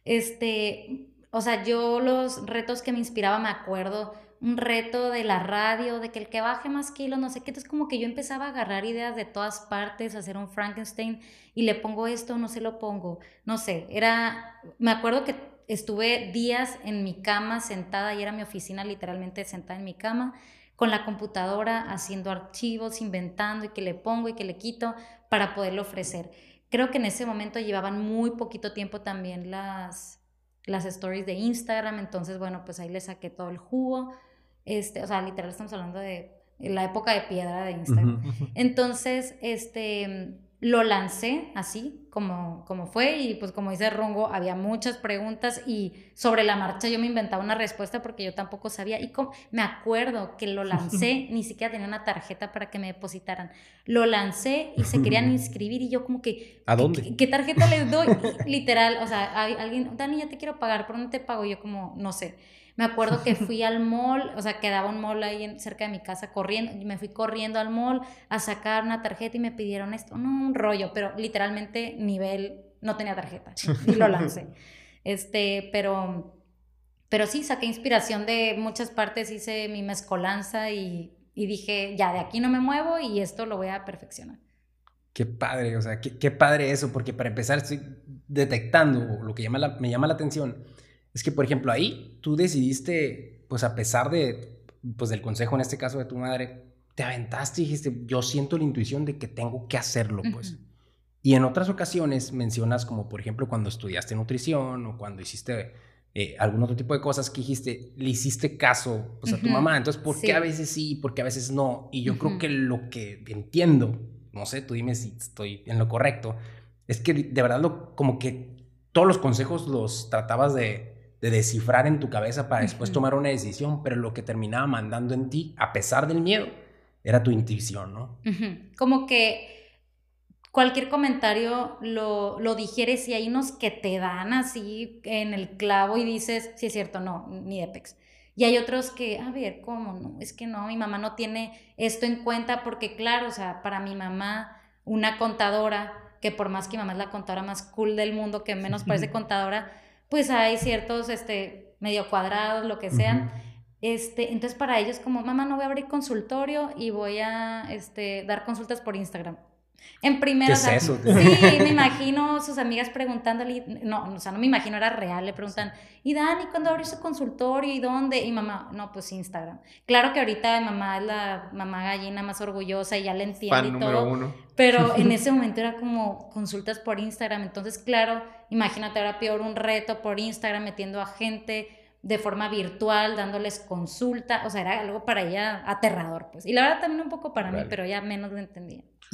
Speaker 3: O sea, yo los retos que me inspiraba, me acuerdo, un reto de la radio, de que el que baje más kilos, no sé qué, entonces como que yo empezaba a agarrar ideas de todas partes, a hacer un Frankenstein, y le pongo esto, no se lo pongo, no sé, me acuerdo que estuve días en mi cama sentada, y era mi oficina literalmente sentada en mi cama, con la computadora haciendo archivos, inventando, y que le pongo y que le quito para poderlo ofrecer. Creo que en ese momento llevaban muy poquito tiempo también las stories de Instagram, entonces bueno, pues ahí le saqué todo el jugo. O sea, literal estamos hablando de la época de piedra de Instagram. Entonces, lo lancé así como fue, y pues como dice Rongo, había muchas preguntas y sobre la marcha yo me inventaba una respuesta porque yo tampoco sabía, y me acuerdo que lo lancé, ni siquiera tenía una tarjeta para que me depositaran, lo lancé y se querían inscribir y yo como que
Speaker 2: ¿a dónde?
Speaker 3: ¿Qué tarjeta les doy? Literal, o sea, alguien, Dani, ya te quiero pagar, ¿por dónde te pago? Y yo como, no sé. Me acuerdo que fui al mall, o sea, quedaba un mall ahí cerca de mi casa corriendo, y me fui corriendo al mall a sacar una tarjeta y me pidieron esto, no, un rollo, pero literalmente nivel, no tenía tarjeta, y lo lancé. Pero sí, saqué inspiración de muchas partes, hice mi mezcolanza y dije, ya, de aquí no me muevo y esto lo voy a perfeccionar.
Speaker 2: Qué padre, o sea, qué padre eso, porque para empezar estoy detectando lo que me llama la atención. Es que, por ejemplo, ahí tú decidiste, pues a pesar del consejo en este caso de tu madre, te aventaste y dijiste, yo siento la intuición de que tengo que hacerlo, pues. Y en otras ocasiones mencionas como, por ejemplo, cuando estudiaste nutrición o cuando hiciste algún otro tipo de cosas que dijiste, le hiciste caso pues, a tu mamá. Entonces, ¿por qué a veces sí, por qué a veces no? Y yo creo que lo que entiendo, no sé, tú dime si estoy en lo correcto, es que de verdad como que todos los consejos los tratabas de descifrar en tu cabeza para después tomar una decisión, pero lo que terminaba mandando en ti, a pesar del miedo, era tu intuición, ¿no?
Speaker 3: Como que cualquier comentario lo digieres, y hay unos que te dan así en el clavo y dices, sí es cierto, no, ni de pex. Y hay otros que, a ver, ¿cómo no? Es que no, mi mamá no tiene esto en cuenta, porque claro, o sea, para mi mamá, una contadora, que por más que mi mamá es la contadora más cool del mundo, que menos parece contadora, pues hay ciertos, medio cuadrados, lo que sean. Entonces para ellos como, mamá, no voy a abrir consultorio y voy a dar consultas por Instagram. En primera,
Speaker 2: ¿Qué es eso?
Speaker 3: Sí, me imagino sus amigas preguntándole, no, o sea, no me imagino, era real, le preguntan, ¿y Dani, cuándo abre su consultorio? ¿Y dónde? Y mamá, no, pues Instagram. Claro que ahorita mi mamá es la mamá gallina más orgullosa y ya le entiende
Speaker 1: Fan
Speaker 3: y
Speaker 1: número
Speaker 3: todo,
Speaker 1: 1.
Speaker 3: pero en ese momento era como consultas por Instagram. Entonces, claro, imagínate ahora peor, un reto por Instagram, metiendo a gente de forma virtual, dándoles consulta, o sea, era algo para ella aterrador, pues. Y la verdad también un poco para mí, pero ya menos lo entendía.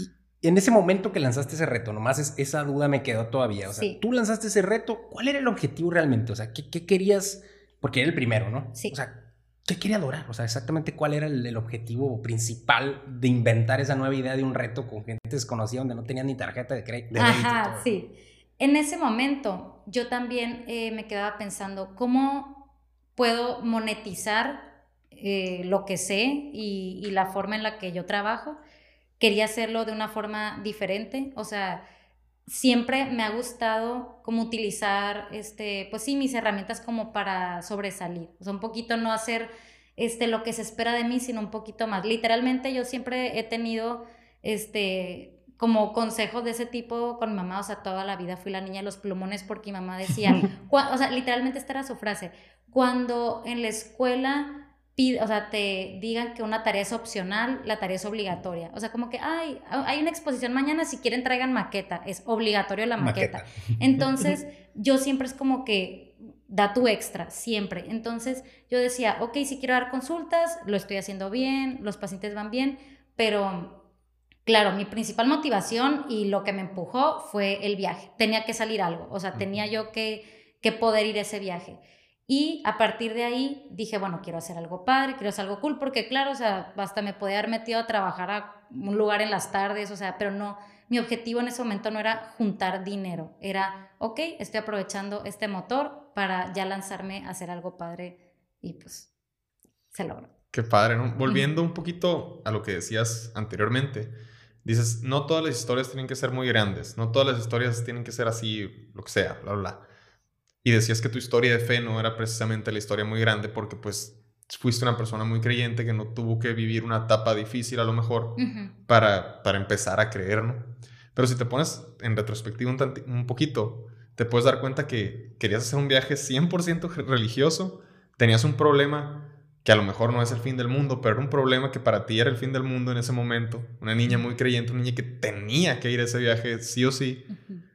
Speaker 2: En ese momento que lanzaste ese reto, nomás esa duda me quedó todavía. O sea,
Speaker 3: Sí.
Speaker 2: tú lanzaste ese reto, ¿cuál era el objetivo realmente? O sea, ¿qué querías? Porque era el primero, ¿no?
Speaker 3: Sí.
Speaker 2: O sea, ¿qué quería lograr? O sea, exactamente cuál era el objetivo principal de inventar esa nueva idea de un reto con gente desconocida donde no tenían ni tarjeta de crédito.
Speaker 3: Ajá, sí. En ese momento yo también me quedaba pensando, ¿cómo puedo monetizar lo que sé y la forma en la que yo trabajo? Quería hacerlo de una forma diferente, o sea, siempre me ha gustado como utilizar, pues sí, mis herramientas como para sobresalir, o sea, un poquito no hacer lo que se espera de mí, sino un poquito más. Literalmente yo siempre he tenido, como consejos de ese tipo con mi mamá, o sea, toda la vida fui la niña de los plumones porque mi mamá decía, o sea, literalmente esta era su frase, cuando en la escuela o sea, te digan que una tarea es opcional, la tarea es obligatoria. O sea, como que, ay, hay una exposición mañana, si quieren traigan maqueta, es obligatorio la maqueta. Entonces, yo siempre es como que da tu extra, siempre. Entonces, yo decía, ok, si quiero dar consultas, lo estoy haciendo bien, los pacientes van bien, pero claro, mi principal motivación y lo que me empujó fue el viaje. Tenía que salir algo, o sea, tenía yo que poder ir a ese viaje. Y a partir de ahí dije, bueno, quiero hacer algo padre, quiero hacer algo cool, porque claro, o sea, hasta me podía haber metido a trabajar a un lugar en las tardes, o sea, pero no, mi objetivo en ese momento no era juntar dinero, era, ok, estoy aprovechando este motor para ya lanzarme a hacer algo padre y pues se logró.
Speaker 1: Qué padre, ¿no? Volviendo un poquito a lo que decías anteriormente, dices, no todas las historias tienen que ser muy grandes, no todas las historias tienen que ser así, lo que sea, bla, bla, bla. Y decías que tu historia de fe no era precisamente la historia muy grande porque pues fuiste una persona muy creyente que no tuvo que vivir una etapa difícil a lo mejor para empezar a creer, ¿no? Pero si te pones en retrospectiva un poquito, te puedes dar cuenta que querías hacer un viaje 100% religioso, tenías un problema que a lo mejor no es el fin del mundo, pero era un problema que para ti era el fin del mundo en ese momento. Una niña muy creyente, una niña que tenía que ir a ese viaje sí o sí.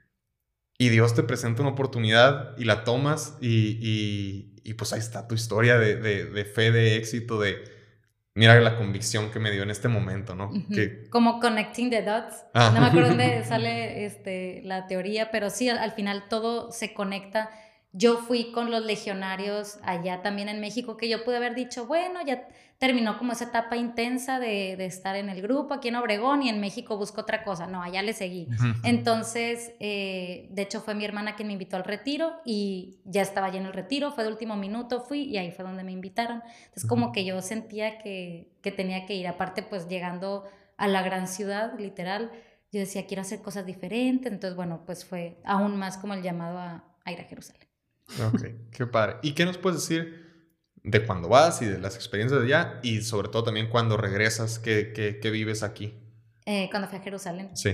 Speaker 1: Y Dios te presenta una oportunidad y la tomas y pues ahí está tu historia de fe, de éxito, de mira la convicción que me dio en este momento, ¿no? Que...
Speaker 3: Como connecting the dots. No me acuerdo dónde sale la teoría, pero sí, al final todo se conecta. Yo fui con los legionarios allá también en México, que yo pude haber dicho, bueno, ya terminó como esa etapa intensa de estar en el grupo aquí en Obregón y en México busco otra cosa. No, allá le seguí. Entonces, de hecho fue mi hermana quien me invitó al retiro y ya estaba lleno el retiro, fue de último minuto, fui y ahí fue donde me invitaron. Entonces como que yo sentía que tenía que ir. Aparte, pues llegando a la gran ciudad, literal, yo decía, quiero hacer cosas diferentes. Entonces, bueno, pues fue aún más como el llamado a ir a Jerusalén.
Speaker 1: Ok, qué padre. ¿Y qué nos puedes decir de cuando vas y de las experiencias de allá y sobre todo también cuando regresas, qué vives aquí?
Speaker 3: Cuando fui a Jerusalén.
Speaker 1: Sí.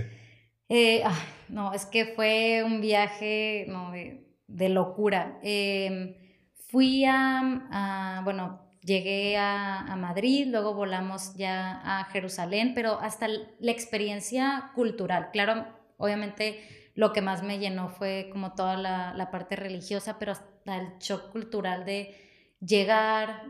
Speaker 3: No, es que fue un viaje de locura. Fui bueno, llegué a Madrid, luego volamos ya a Jerusalén, pero hasta la experiencia cultural. Claro, obviamente lo que más me llenó fue como toda la parte religiosa, pero hasta el shock cultural de llegar,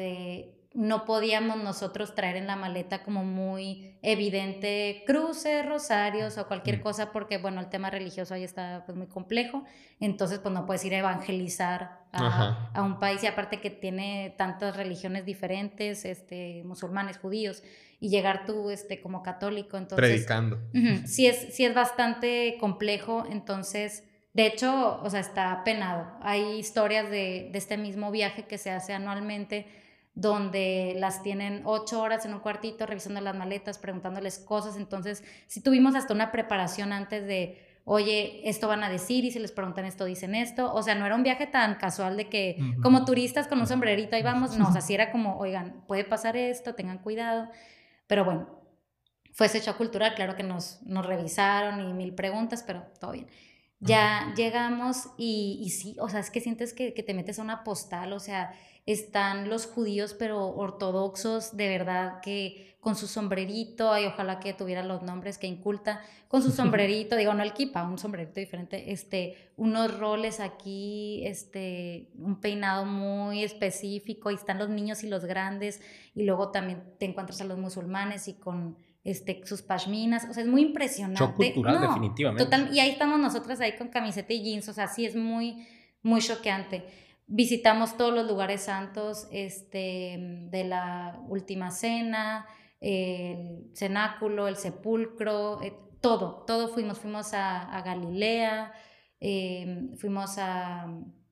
Speaker 3: no podíamos nosotros traer en la maleta como muy evidente cruces, rosarios o cualquier cosa porque, bueno, el tema religioso ahí está pues muy complejo, entonces pues no puedes ir a evangelizar a un país y aparte que tiene tantas religiones diferentes, musulmanes, judíos, y llegar tú como católico, entonces...
Speaker 1: Predicando.
Speaker 3: Sí es bastante complejo, entonces... De hecho, o sea, está penado. Hay historias de este mismo viaje que se hace anualmente donde las tienen 8 horas en un cuartito revisando las maletas, preguntándoles cosas. Entonces, sí tuvimos hasta una preparación antes de, oye, esto van a decir y si les preguntan esto, dicen esto. O sea, no era un viaje tan casual de que como turistas con un sombrerito ahí vamos. No, o sea, sí era como, oigan, puede pasar esto, tengan cuidado. Pero bueno, fue ese shock cultural. Claro que nos revisaron y 1000 preguntas, pero todo bien. Ya llegamos y sí, o sea, es que sientes que te metes a una postal, o sea, están los judíos pero ortodoxos, de verdad, que con su sombrerito, ay, ojalá que tuviera los nombres que inculta, con su sombrerito, digo, no el kipa, un sombrerito diferente, unos roles aquí, un peinado muy específico, y están los niños y los grandes, y luego también te encuentras a los musulmanes y con sus pashminas, o sea, es muy impresionante.
Speaker 2: Shock cultural, definitivamente.
Speaker 3: Total, y ahí estamos nosotras ahí con camiseta y jeans, o sea, sí es muy, muy choqueante. Visitamos todos los lugares santos, de la Última Cena, el cenáculo, el sepulcro, todo fuimos a Galilea, fuimos a,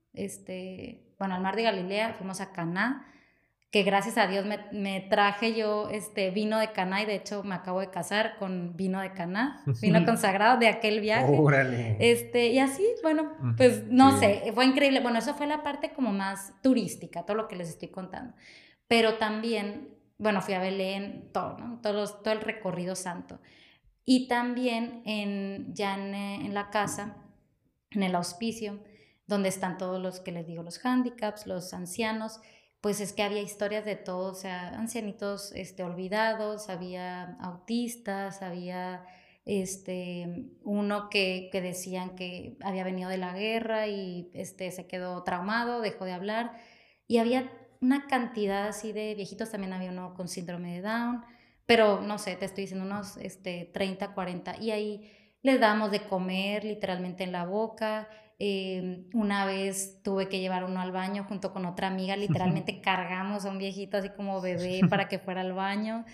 Speaker 3: al mar de Galilea, fuimos a Caná, que gracias a Dios me traje yo vino de Caná, y de hecho me acabo de casar con vino de Caná, vino consagrado de aquel viaje.
Speaker 2: ¡Órale!
Speaker 3: Y así, bueno, pues no sé, fue increíble. Bueno, eso fue la parte como más turística, todo lo que les estoy contando. Pero también, bueno, fui a Belén, todo, ¿no? Todo el recorrido santo. Y también ya en la casa, en el hospicio, donde están todos los que les digo, los handicaps, los ancianos, pues es que había historias de todo, o sea, ancianitos olvidados, había autistas, había uno que decían que había venido de la guerra y se quedó traumado, dejó de hablar, y había una cantidad así de viejitos, también había uno con síndrome de Down, pero no sé, te estoy diciendo unos 30, 40, y ahí les dábamos de comer literalmente en la boca. Una vez tuve que llevar uno al baño junto con otra amiga, literalmente cargamos a un viejito así como bebé para que fuera al baño.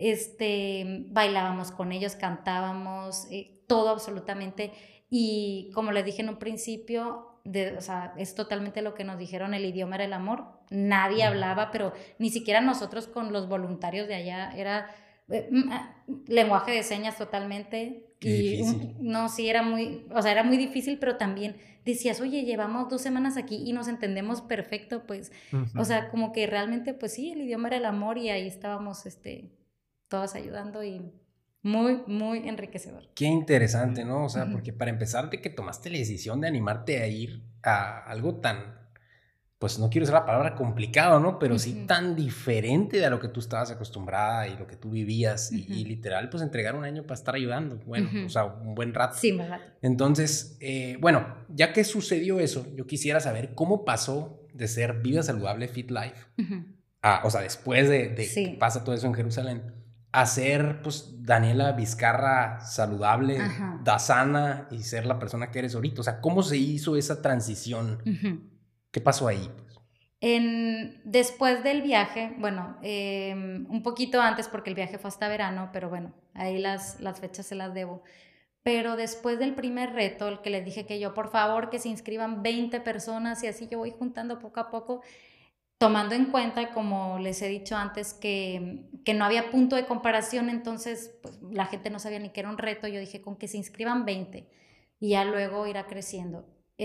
Speaker 3: Bailábamos con ellos, cantábamos, todo absolutamente. Y como les dije en un principio, o sea, es totalmente lo que nos dijeron, el idioma era el amor. Nadie hablaba, pero ni siquiera nosotros con los voluntarios de allá, era lenguaje de señas totalmente.
Speaker 2: Qué difícil.
Speaker 3: No, sí, era muy difícil, pero también decías, oye, llevamos 2 semanas aquí y nos entendemos perfecto, pues, o sea, como que realmente, pues sí, el idioma era el amor, y ahí estábamos, todas ayudando, y muy, muy enriquecedor.
Speaker 2: Qué interesante, ¿no? O sea, porque para empezar, de que tomaste la decisión de animarte a ir a algo tan, pues no quiero usar la palabra complicado, ¿no? Pero sí tan diferente de a lo que tú estabas acostumbrada y lo que tú vivías, y literal, pues entregar un año para estar ayudando, bueno, o sea, un buen rato.
Speaker 3: Sí, un rato.
Speaker 2: Entonces, bueno, ya que sucedió eso, yo quisiera saber cómo pasó de ser Vida Saludable Fit Life, o sea, después de que pasa todo eso en Jerusalén, a ser, pues, Daniela Vizcarra saludable, sana, y ser la persona que eres ahorita. O sea, ¿cómo se hizo esa transición? ¿Qué pasó ahí?
Speaker 3: Después del viaje, bueno, un poquito antes, porque el viaje fue hasta verano, pero bueno, ahí las fechas se las debo. Pero después del primer reto, el que les dije que yo, por favor, que se inscriban 20 personas, y así yo voy juntando poco a poco, tomando en cuenta, como les he dicho antes, que no había punto de comparación, entonces pues, la gente no sabía ni que era un reto. Yo dije, con que se inscriban 20 y ya luego irá creciendo.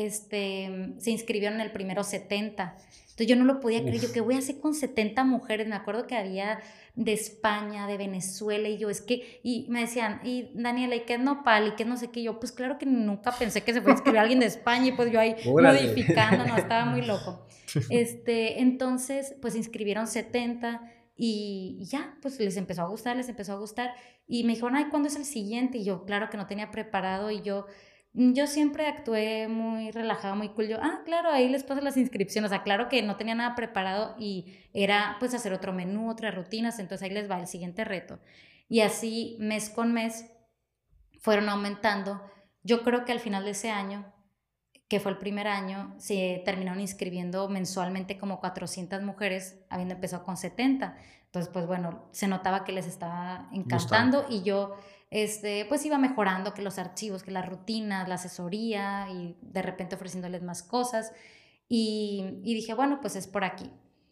Speaker 3: Se inscribieron el primero 70. Entonces yo no lo podía creer. Yo, ¿qué voy a hacer con 70 mujeres? Me acuerdo que había de España, de Venezuela, y yo, y me decían, y Daniela, ¿y qué es nopal? ¿Y qué no sé qué? Y yo, pues claro que nunca pensé que se fuera a inscribir alguien de España, y pues yo ahí modificando, no, estaba muy loco. Entonces, pues inscribieron 70 y ya, pues les empezó a gustar, y me dijeron, ay, ¿cuándo es el siguiente? Y yo, claro que no tenía preparado, y yo siempre actué muy relajada, muy cool. Yo, claro, ahí les paso las inscripciones. O sea, claro que no tenía nada preparado, y era pues hacer otro menú, otras rutinas. Entonces ahí les va el siguiente reto. Y así, mes con mes, fueron aumentando. Yo creo que al final de ese año, que fue el primer año, se terminaron inscribiendo mensualmente como 400 mujeres, habiendo empezado con 70. Entonces, pues bueno, se notaba que les estaba encantando. Y yo pues iba mejorando, que los archivos, que las rutinas, la asesoría, y de repente ofreciéndoles más cosas, y dije, bueno, pues es por aquí.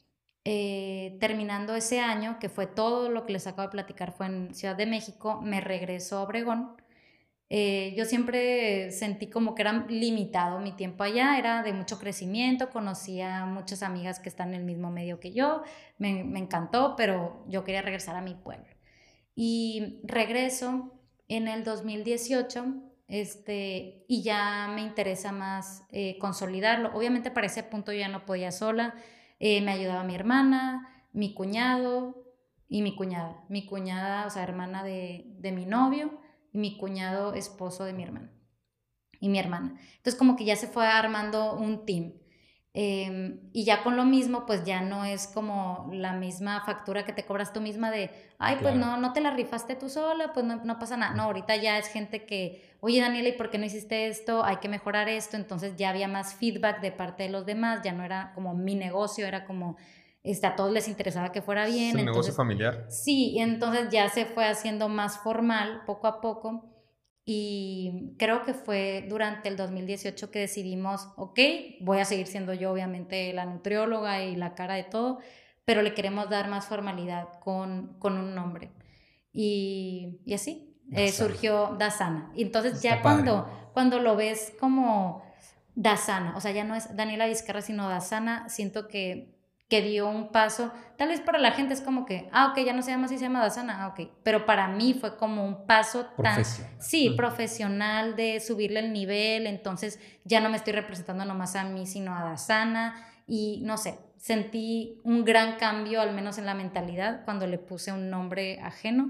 Speaker 3: Terminando ese año, que fue todo lo que les acabo de platicar, fue en Ciudad de México, me regreso a Obregón. Yo siempre sentí como que era limitado mi tiempo allá, era de mucho crecimiento, conocía muchas amigas que están en el mismo medio que yo, me encantó, pero yo quería regresar a mi pueblo. Y regreso en el 2018, y ya me interesa más consolidarlo. Obviamente para ese punto yo ya no podía sola, me ayudaba mi hermana, mi cuñado y mi cuñada. Mi cuñada, o sea, hermana de mi novio, y mi cuñado, esposo de mi hermana, y mi hermana. Entonces como que ya se fue armando un team. Y ya con lo mismo, pues ya no es como la misma factura que te cobras tú misma de, ay, pues
Speaker 2: Claro.
Speaker 3: no te la rifaste tú sola, pues no pasa nada. No, ahorita ya es gente que, oye, Daniela, ¿y por qué no hiciste esto? Hay que mejorar esto. Entonces ya había más feedback de parte de los demás, ya no era como mi negocio, era como, a todos les interesaba que fuera
Speaker 1: Es
Speaker 3: bien.
Speaker 1: el negocio
Speaker 3: Entonces,
Speaker 1: familiar.
Speaker 3: sí, entonces ya se fue haciendo más formal poco a poco. Y creo que fue durante el 2018 que decidimos, ok, voy a seguir siendo yo obviamente la nutrióloga y la cara de todo, pero le queremos dar más formalidad con un nombre. Y así
Speaker 2: Dasana.
Speaker 3: surgió Dasana. Y entonces
Speaker 2: Está
Speaker 3: ya
Speaker 2: padre.
Speaker 3: cuando lo ves como Dasana, o sea, ya no es Daniela Vizcarra, sino Dasana, siento que dio un paso. Tal vez para la gente es como que, ok, ya no se llama así, se llama Dasana, ok. Pero para mí fue como un paso tan,
Speaker 2: Profesional.
Speaker 3: sí, profesional de subirle el nivel. Entonces ya no me estoy representando nomás a mí, sino a Dasana. Y no sé, sentí un gran cambio, al menos en la mentalidad, cuando le puse un nombre ajeno.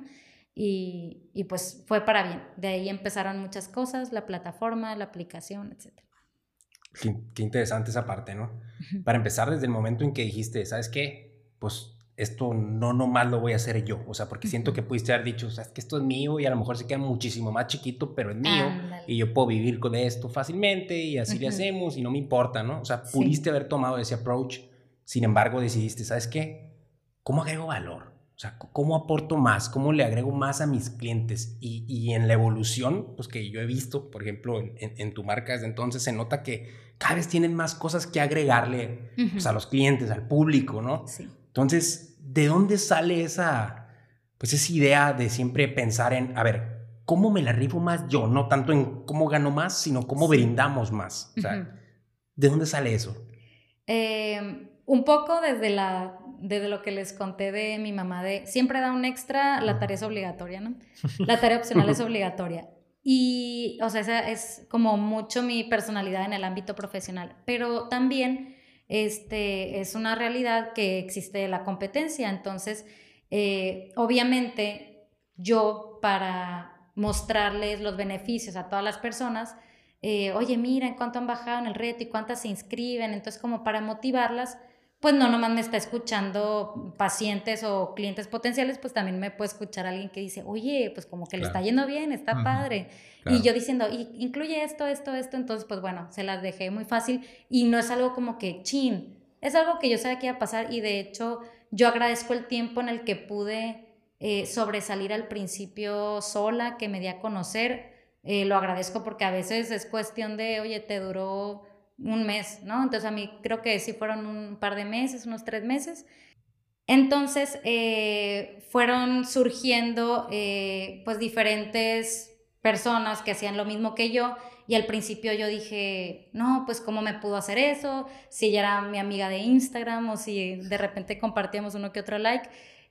Speaker 3: Y pues fue para bien. De ahí empezaron muchas cosas, la plataforma, la aplicación, etc.
Speaker 2: Qué interesante esa parte, ¿no? Para empezar, desde el momento en que dijiste, ¿sabes qué? Pues esto no nomás lo voy a hacer yo. O sea, porque siento que pudiste haber dicho, o sea, es que esto es mío y a lo mejor se queda muchísimo más chiquito, pero es mío
Speaker 3: Ándale.
Speaker 2: y yo puedo vivir con esto fácilmente y así le hacemos y no me importa, ¿no? O sea, pudiste haber tomado ese approach, sin embargo decidiste, ¿sabes qué? ¿Cómo agrego valor? O sea, ¿cómo aporto más? ¿Cómo le agrego más a mis clientes? Y en la evolución, pues que yo he visto, por ejemplo, en tu marca desde entonces, se nota que cada vez tienen más cosas que agregarle pues, a los clientes, al público, ¿no?
Speaker 3: Sí.
Speaker 2: Entonces, ¿de dónde sale esa idea de siempre pensar en, a ver, ¿cómo me la rifo más yo? No tanto en cómo gano más, sino cómo brindamos más. O sea, ¿de dónde sale eso?
Speaker 3: Un poco desde lo que les conté de mi mamá, de siempre da un extra, la tarea es obligatoria, ¿no? La tarea opcional es obligatoria. Y, o sea, esa es como mucho mi personalidad en el ámbito profesional, pero también es una realidad que existe la competencia. Entonces, obviamente, yo para mostrarles los beneficios a todas las personas, oye, mira en cuánto han bajado en el reto y cuántas se inscriben. Entonces, como para motivarlas, pues no nomás me está escuchando pacientes o clientes potenciales, pues también me puede escuchar alguien que dice, oye, pues como que le está yendo bien, está padre.
Speaker 2: Claro.
Speaker 3: Y yo diciendo, incluye esto, entonces pues bueno, se las dejé muy fácil y no es algo como que, chin, es algo que yo sabía que iba a pasar y de hecho yo agradezco el tiempo en el que pude sobresalir al principio sola, que me di a conocer. Lo agradezco porque a veces es cuestión de, oye, te duró un mes, ¿no? Entonces a mí creo que sí fueron un par de meses, unos 3 meses. Entonces fueron surgiendo pues diferentes personas que hacían lo mismo que yo y al principio yo dije, no, pues cómo me pudo hacer eso, si ella era mi amiga de Instagram o si de repente compartíamos uno que otro like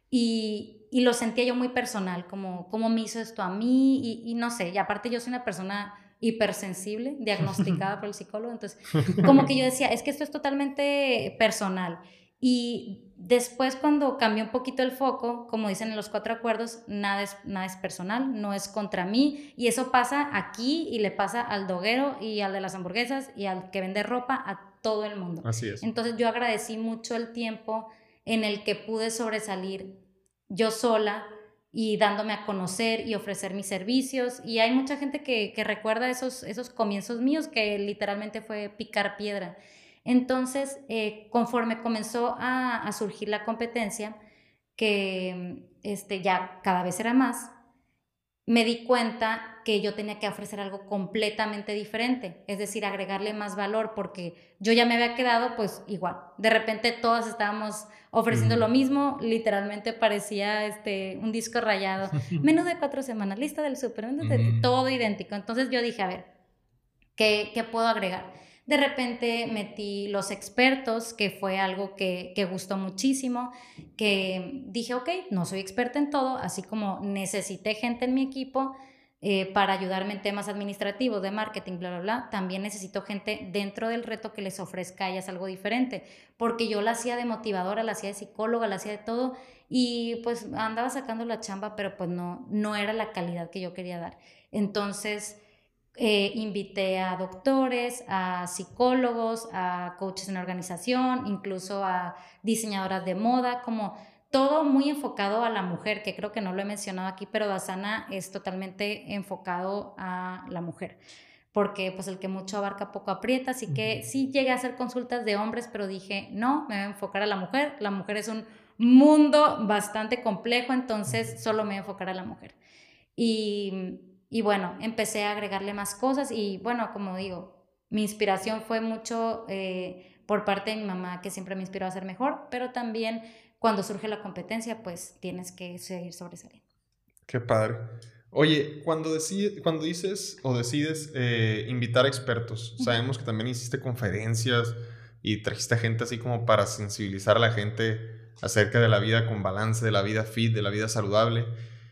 Speaker 3: y lo sentía yo muy personal, como cómo me hizo esto a mí y no sé, y aparte yo soy una persona hipersensible, diagnosticada por el psicólogo, entonces como que yo decía, es que esto es totalmente personal. Y después cuando cambió un poquito el foco, como dicen en los 4 acuerdos, nada es personal, no es contra mí. Y eso pasa aquí y le pasa al doguero y al de las hamburguesas y al que vende ropa, a todo el mundo.
Speaker 1: Así es.
Speaker 3: Entonces yo agradecí mucho el tiempo en el que pude sobresalir yo sola y dándome a conocer y ofrecer mis servicios. Y hay mucha gente que recuerda esos comienzos míos, que literalmente fue picar piedra. Entonces, conforme comenzó a surgir la competencia, que ya cada vez era más, me di cuenta que yo tenía que ofrecer algo completamente diferente, es decir, agregarle más valor, porque yo ya me había quedado pues igual. De repente todos estábamos ofreciendo lo mismo, literalmente parecía un disco rayado, menú de 4 semanas, lista del súper, todo idéntico. Entonces yo dije, a ver, ¿qué puedo agregar? De repente metí los expertos, que fue algo que gustó muchísimo, que dije, ok, no soy experta en todo, así como necesité gente en mi equipo para ayudarme en temas administrativos, de marketing, bla, bla, bla, también necesito gente dentro del reto que les ofrezca a ellas algo diferente, porque yo la hacía de motivadora, la hacía de psicóloga, la hacía de todo, y pues andaba sacando la chamba, pero pues no era la calidad que yo quería dar. Entonces Invité a doctores, a psicólogos, a coaches en organización, incluso a diseñadoras de moda, como todo muy enfocado a la mujer, que creo que no lo he mencionado aquí, pero Dasana es totalmente enfocado a la mujer, porque pues el que mucho abarca poco aprieta, así que sí llegué a hacer consultas de hombres, pero dije, no, me voy a enfocar a la mujer es un mundo bastante complejo, entonces solo me voy a enfocar a la mujer. Y bueno, empecé a agregarle más cosas y bueno, como digo, mi inspiración fue mucho por parte de mi mamá, que siempre me inspiró a ser mejor, pero también cuando surge la competencia, pues tienes que seguir sobresaliendo.
Speaker 1: Qué padre. Oye, cuando dices o decides invitar a expertos, sabemos que también hiciste conferencias y trajiste gente así como para sensibilizar a la gente acerca de la vida con balance, de la vida fit, de la vida saludable.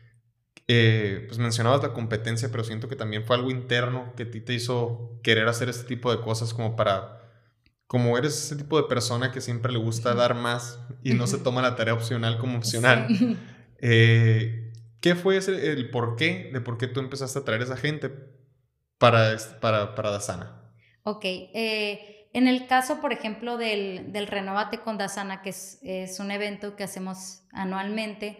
Speaker 1: Pues mencionabas la competencia, pero siento que también fue algo interno que a ti te hizo querer hacer este tipo de cosas como eres ese tipo de persona que siempre le gusta dar más y no se toma la tarea opcional como opcional.
Speaker 3: Sí.
Speaker 1: ¿Qué fue el porqué de por qué tú empezaste a traer a esa gente para Dasana?
Speaker 3: Ok, en el caso, por ejemplo, del Renovate con Dasana, que es un evento que hacemos anualmente,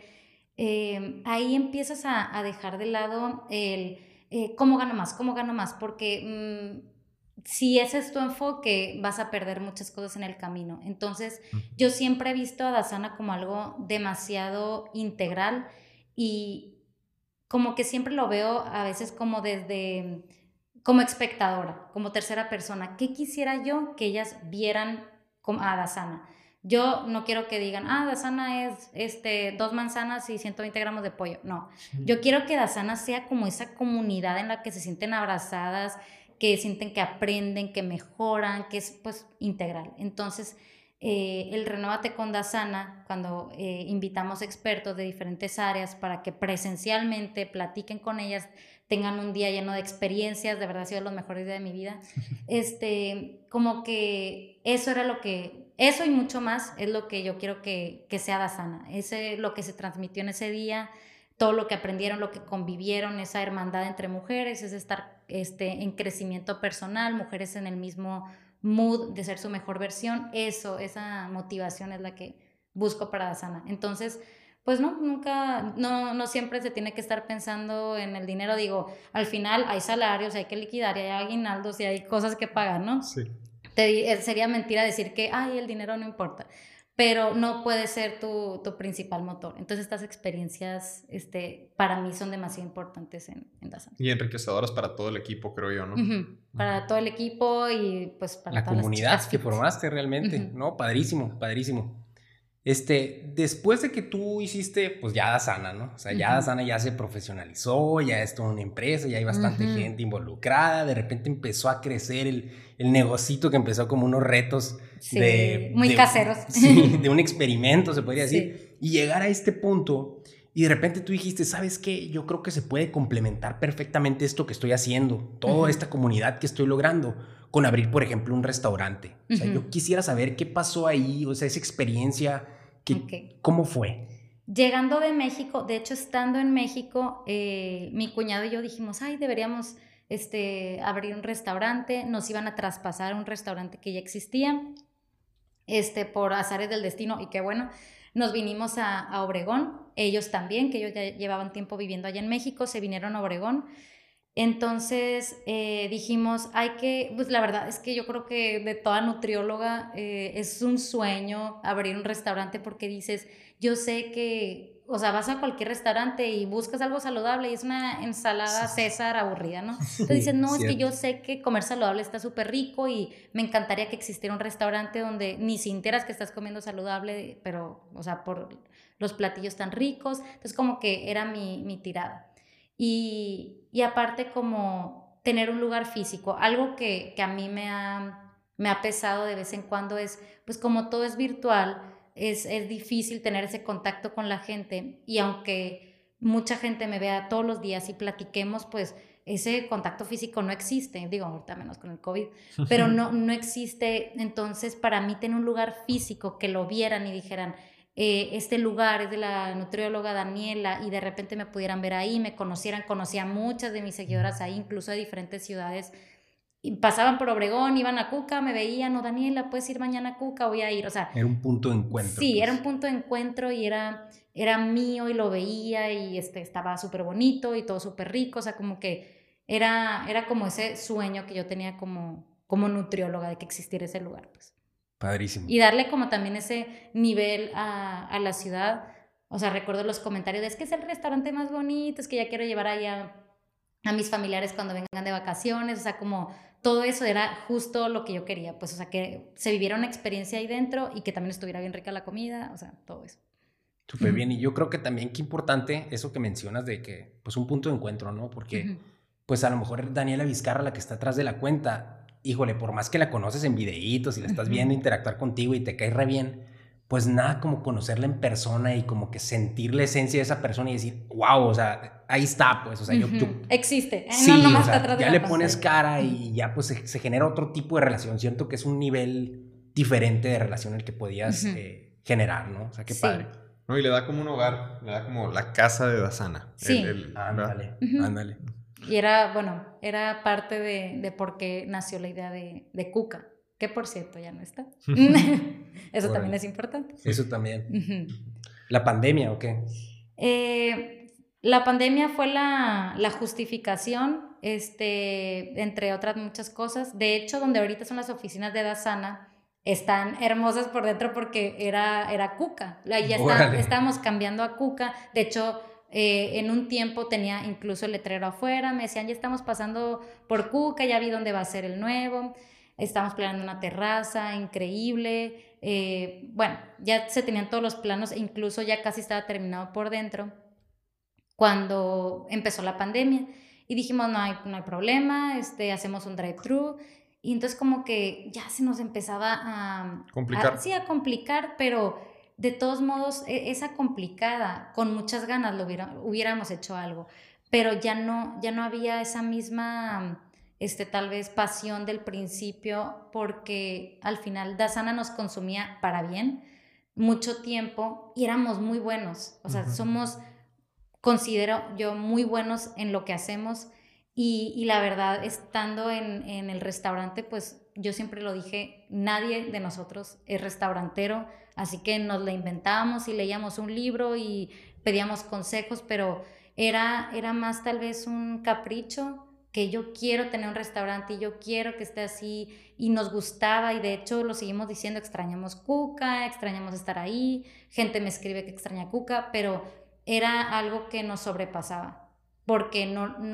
Speaker 3: ahí empiezas a dejar de lado el cómo gano más, porque si ese es tu enfoque, vas a perder muchas cosas en el camino. Entonces, yo siempre he visto a Dasana como algo demasiado integral y como que siempre lo veo a veces como desde como espectadora, como tercera persona. ¿Qué quisiera yo que ellas vieran a Dasana? Yo no quiero que digan, Dasana es 2 manzanas y 120 gramos de pollo. No, yo quiero que Dasana sea como esa comunidad en la que se sienten abrazadas, que sienten que aprenden, que mejoran, que es pues integral. Entonces, el Renovate con Dasana, cuando invitamos expertos de diferentes áreas para que presencialmente platiquen con ellas, tengan un día lleno de experiencias, de verdad ha sido los mejores días de mi vida, como que eso era eso y mucho más es lo que yo quiero que sea Dasana, lo que se transmitió en ese día, todo lo que aprendieron, lo que convivieron, esa hermandad entre mujeres, es estar en crecimiento personal, mujeres en el mismo mood de ser su mejor versión, esa motivación es la que busco para Dasana. Entonces, pues no siempre se tiene que estar pensando en el dinero. Digo, al final hay salarios, hay que liquidar, y hay aguinaldos y hay cosas que pagar, ¿no?
Speaker 1: Sí.
Speaker 3: Sería mentira decir que, el dinero no importa, pero no puede ser tu principal motor. Entonces estas experiencias para mí son demasiado importantes en Dasana.
Speaker 1: Y enriquecedoras para todo el equipo, creo yo, ¿no?
Speaker 3: Para todo el equipo y pues para
Speaker 2: la
Speaker 3: todas
Speaker 2: comunidad
Speaker 3: las chicas
Speaker 2: que formaste realmente, ¿no? Padrísimo, padrísimo. Después de que tú hiciste, pues ya Dasana, ¿no? O sea, ya Dasana ya se profesionalizó, ya es toda una empresa, ya hay bastante gente involucrada, de repente empezó a crecer el negocito que empezó como unos retos
Speaker 3: muy caseros.
Speaker 2: Sí, de un experimento, se podría decir. Y llegar a este punto y de repente tú dijiste, ¿sabes qué? Yo creo que se puede complementar perfectamente esto que estoy haciendo, toda esta comunidad que estoy logrando, con abrir, por ejemplo, un restaurante. O sea, yo quisiera saber qué pasó ahí, o sea, esa experiencia, ¿cómo fue?
Speaker 3: Llegando de México, de hecho, estando en México, mi cuñado y yo dijimos, deberíamos abrir un restaurante. Nos iban a traspasar a un restaurante que ya existía, por azares del destino, y qué bueno. Nos vinimos a Obregón, ellos también, que ellos ya llevaban tiempo viviendo allá en México, se vinieron a Obregón. Entonces dijimos, pues la verdad es que yo creo que de toda nutrióloga es un sueño abrir un restaurante, porque dices, yo sé que, o sea, vas a cualquier restaurante y buscas algo saludable y es una ensalada César aburrida, ¿no? Entonces dices, no, es que yo sé que comer saludable está súper rico y me encantaría que existiera un restaurante donde ni si enteras que estás comiendo saludable, pero, o sea, por los platillos tan ricos. Entonces como que era mi tirada. Y aparte como tener un lugar físico, algo que a mí me ha pesado de vez en cuando es, pues como todo es virtual, es difícil tener ese contacto con la gente, y aunque mucha gente me vea todos los días y platiquemos, pues ese contacto físico no existe, digo, ahorita menos con el COVID, pero no existe. Entonces para mí tener un lugar físico que lo vieran y dijeran, este lugar es de la nutrióloga Daniela y de repente me pudieran ver ahí, me conocieran, conocía a muchas de mis seguidoras ahí, incluso de diferentes ciudades, y pasaban por Obregón, iban a Cuca, me veían, no, Daniela, puedes ir mañana a Cuca, voy a ir, o sea.
Speaker 2: Era un punto de encuentro.
Speaker 3: Sí,
Speaker 2: pues.
Speaker 3: era un punto de encuentro y era mío y lo veía y estaba súper bonito y todo súper rico, o sea, como que era como ese sueño que yo tenía como nutrióloga de que existiera ese lugar, pues.
Speaker 2: Padrísimo.
Speaker 3: Y darle como también ese nivel a la ciudad. O sea, recuerdo los comentarios de es que es el restaurante más bonito, es que ya quiero llevar ahí a mis familiares cuando vengan de vacaciones, o sea, como todo eso era justo lo que yo quería, pues, o sea, que se viviera una experiencia ahí dentro y que también estuviera bien rica la comida, o sea, todo eso.
Speaker 2: Súper bien, y yo creo que también qué importante eso que mencionas de que, pues, un punto de encuentro, ¿no? Porque, pues, a lo mejor Daniela Vizcarra, la que está atrás de la cuenta, híjole, por más que la conoces en videitos y la estás viendo interactuar contigo y te cae re bien, pues nada como conocerla en persona y como que sentir la esencia de esa persona y decir, wow, o sea, ahí está, pues, o sea, yo
Speaker 3: existe,
Speaker 2: sí,
Speaker 3: no
Speaker 2: o sea,
Speaker 3: está atrás
Speaker 2: ya
Speaker 3: de
Speaker 2: le
Speaker 3: la
Speaker 2: pones
Speaker 3: pantalla.
Speaker 2: cara y ya pues se genera otro tipo de relación, siento que es un nivel diferente de relación el que podías generar, ¿no? O sea, qué padre.
Speaker 1: No, y le da como un hogar, le da como la casa de Dasana.
Speaker 3: Sí.
Speaker 2: Ándale, ándale.
Speaker 3: Y era parte de por qué nació la idea de Cuca, que por cierto ya no está. Eso también es importante.
Speaker 2: Eso también. ¿La pandemia o qué?
Speaker 3: La pandemia fue la justificación, entre otras muchas cosas. De hecho, donde ahorita son las oficinas de Dasana, están hermosas por dentro porque era Cuca. Ya estábamos cambiando a Cuca. De hecho, en un tiempo tenía incluso el letrero afuera, me decían ya estamos pasando por Cuca, ya vi dónde va a ser el nuevo, estamos planeando una terraza increíble, bueno, ya se tenían todos los planos e incluso ya casi estaba terminado por dentro cuando empezó la pandemia y dijimos no hay problema, hacemos un drive-thru y entonces como que ya se nos empezaba a complicar, pero de todos modos, esa complicada, con muchas ganas hubiéramos hecho algo, pero ya no había esa misma, tal vez pasión del principio, porque al final Dasana nos consumía para bien mucho tiempo y éramos muy buenos, o sea, considero yo, muy buenos en lo que hacemos y la verdad, estando en el restaurante, pues yo siempre lo dije, nadie de nosotros es restaurantero, así que nos la inventábamos y leíamos un libro y pedíamos consejos, pero era más tal vez un capricho que yo quiero tener un restaurante y yo quiero que esté así y nos gustaba y de hecho lo seguimos diciendo, extrañamos Cuca, extrañamos estar ahí, gente me escribe que extraña Cuca, pero era algo que nos sobrepasaba porque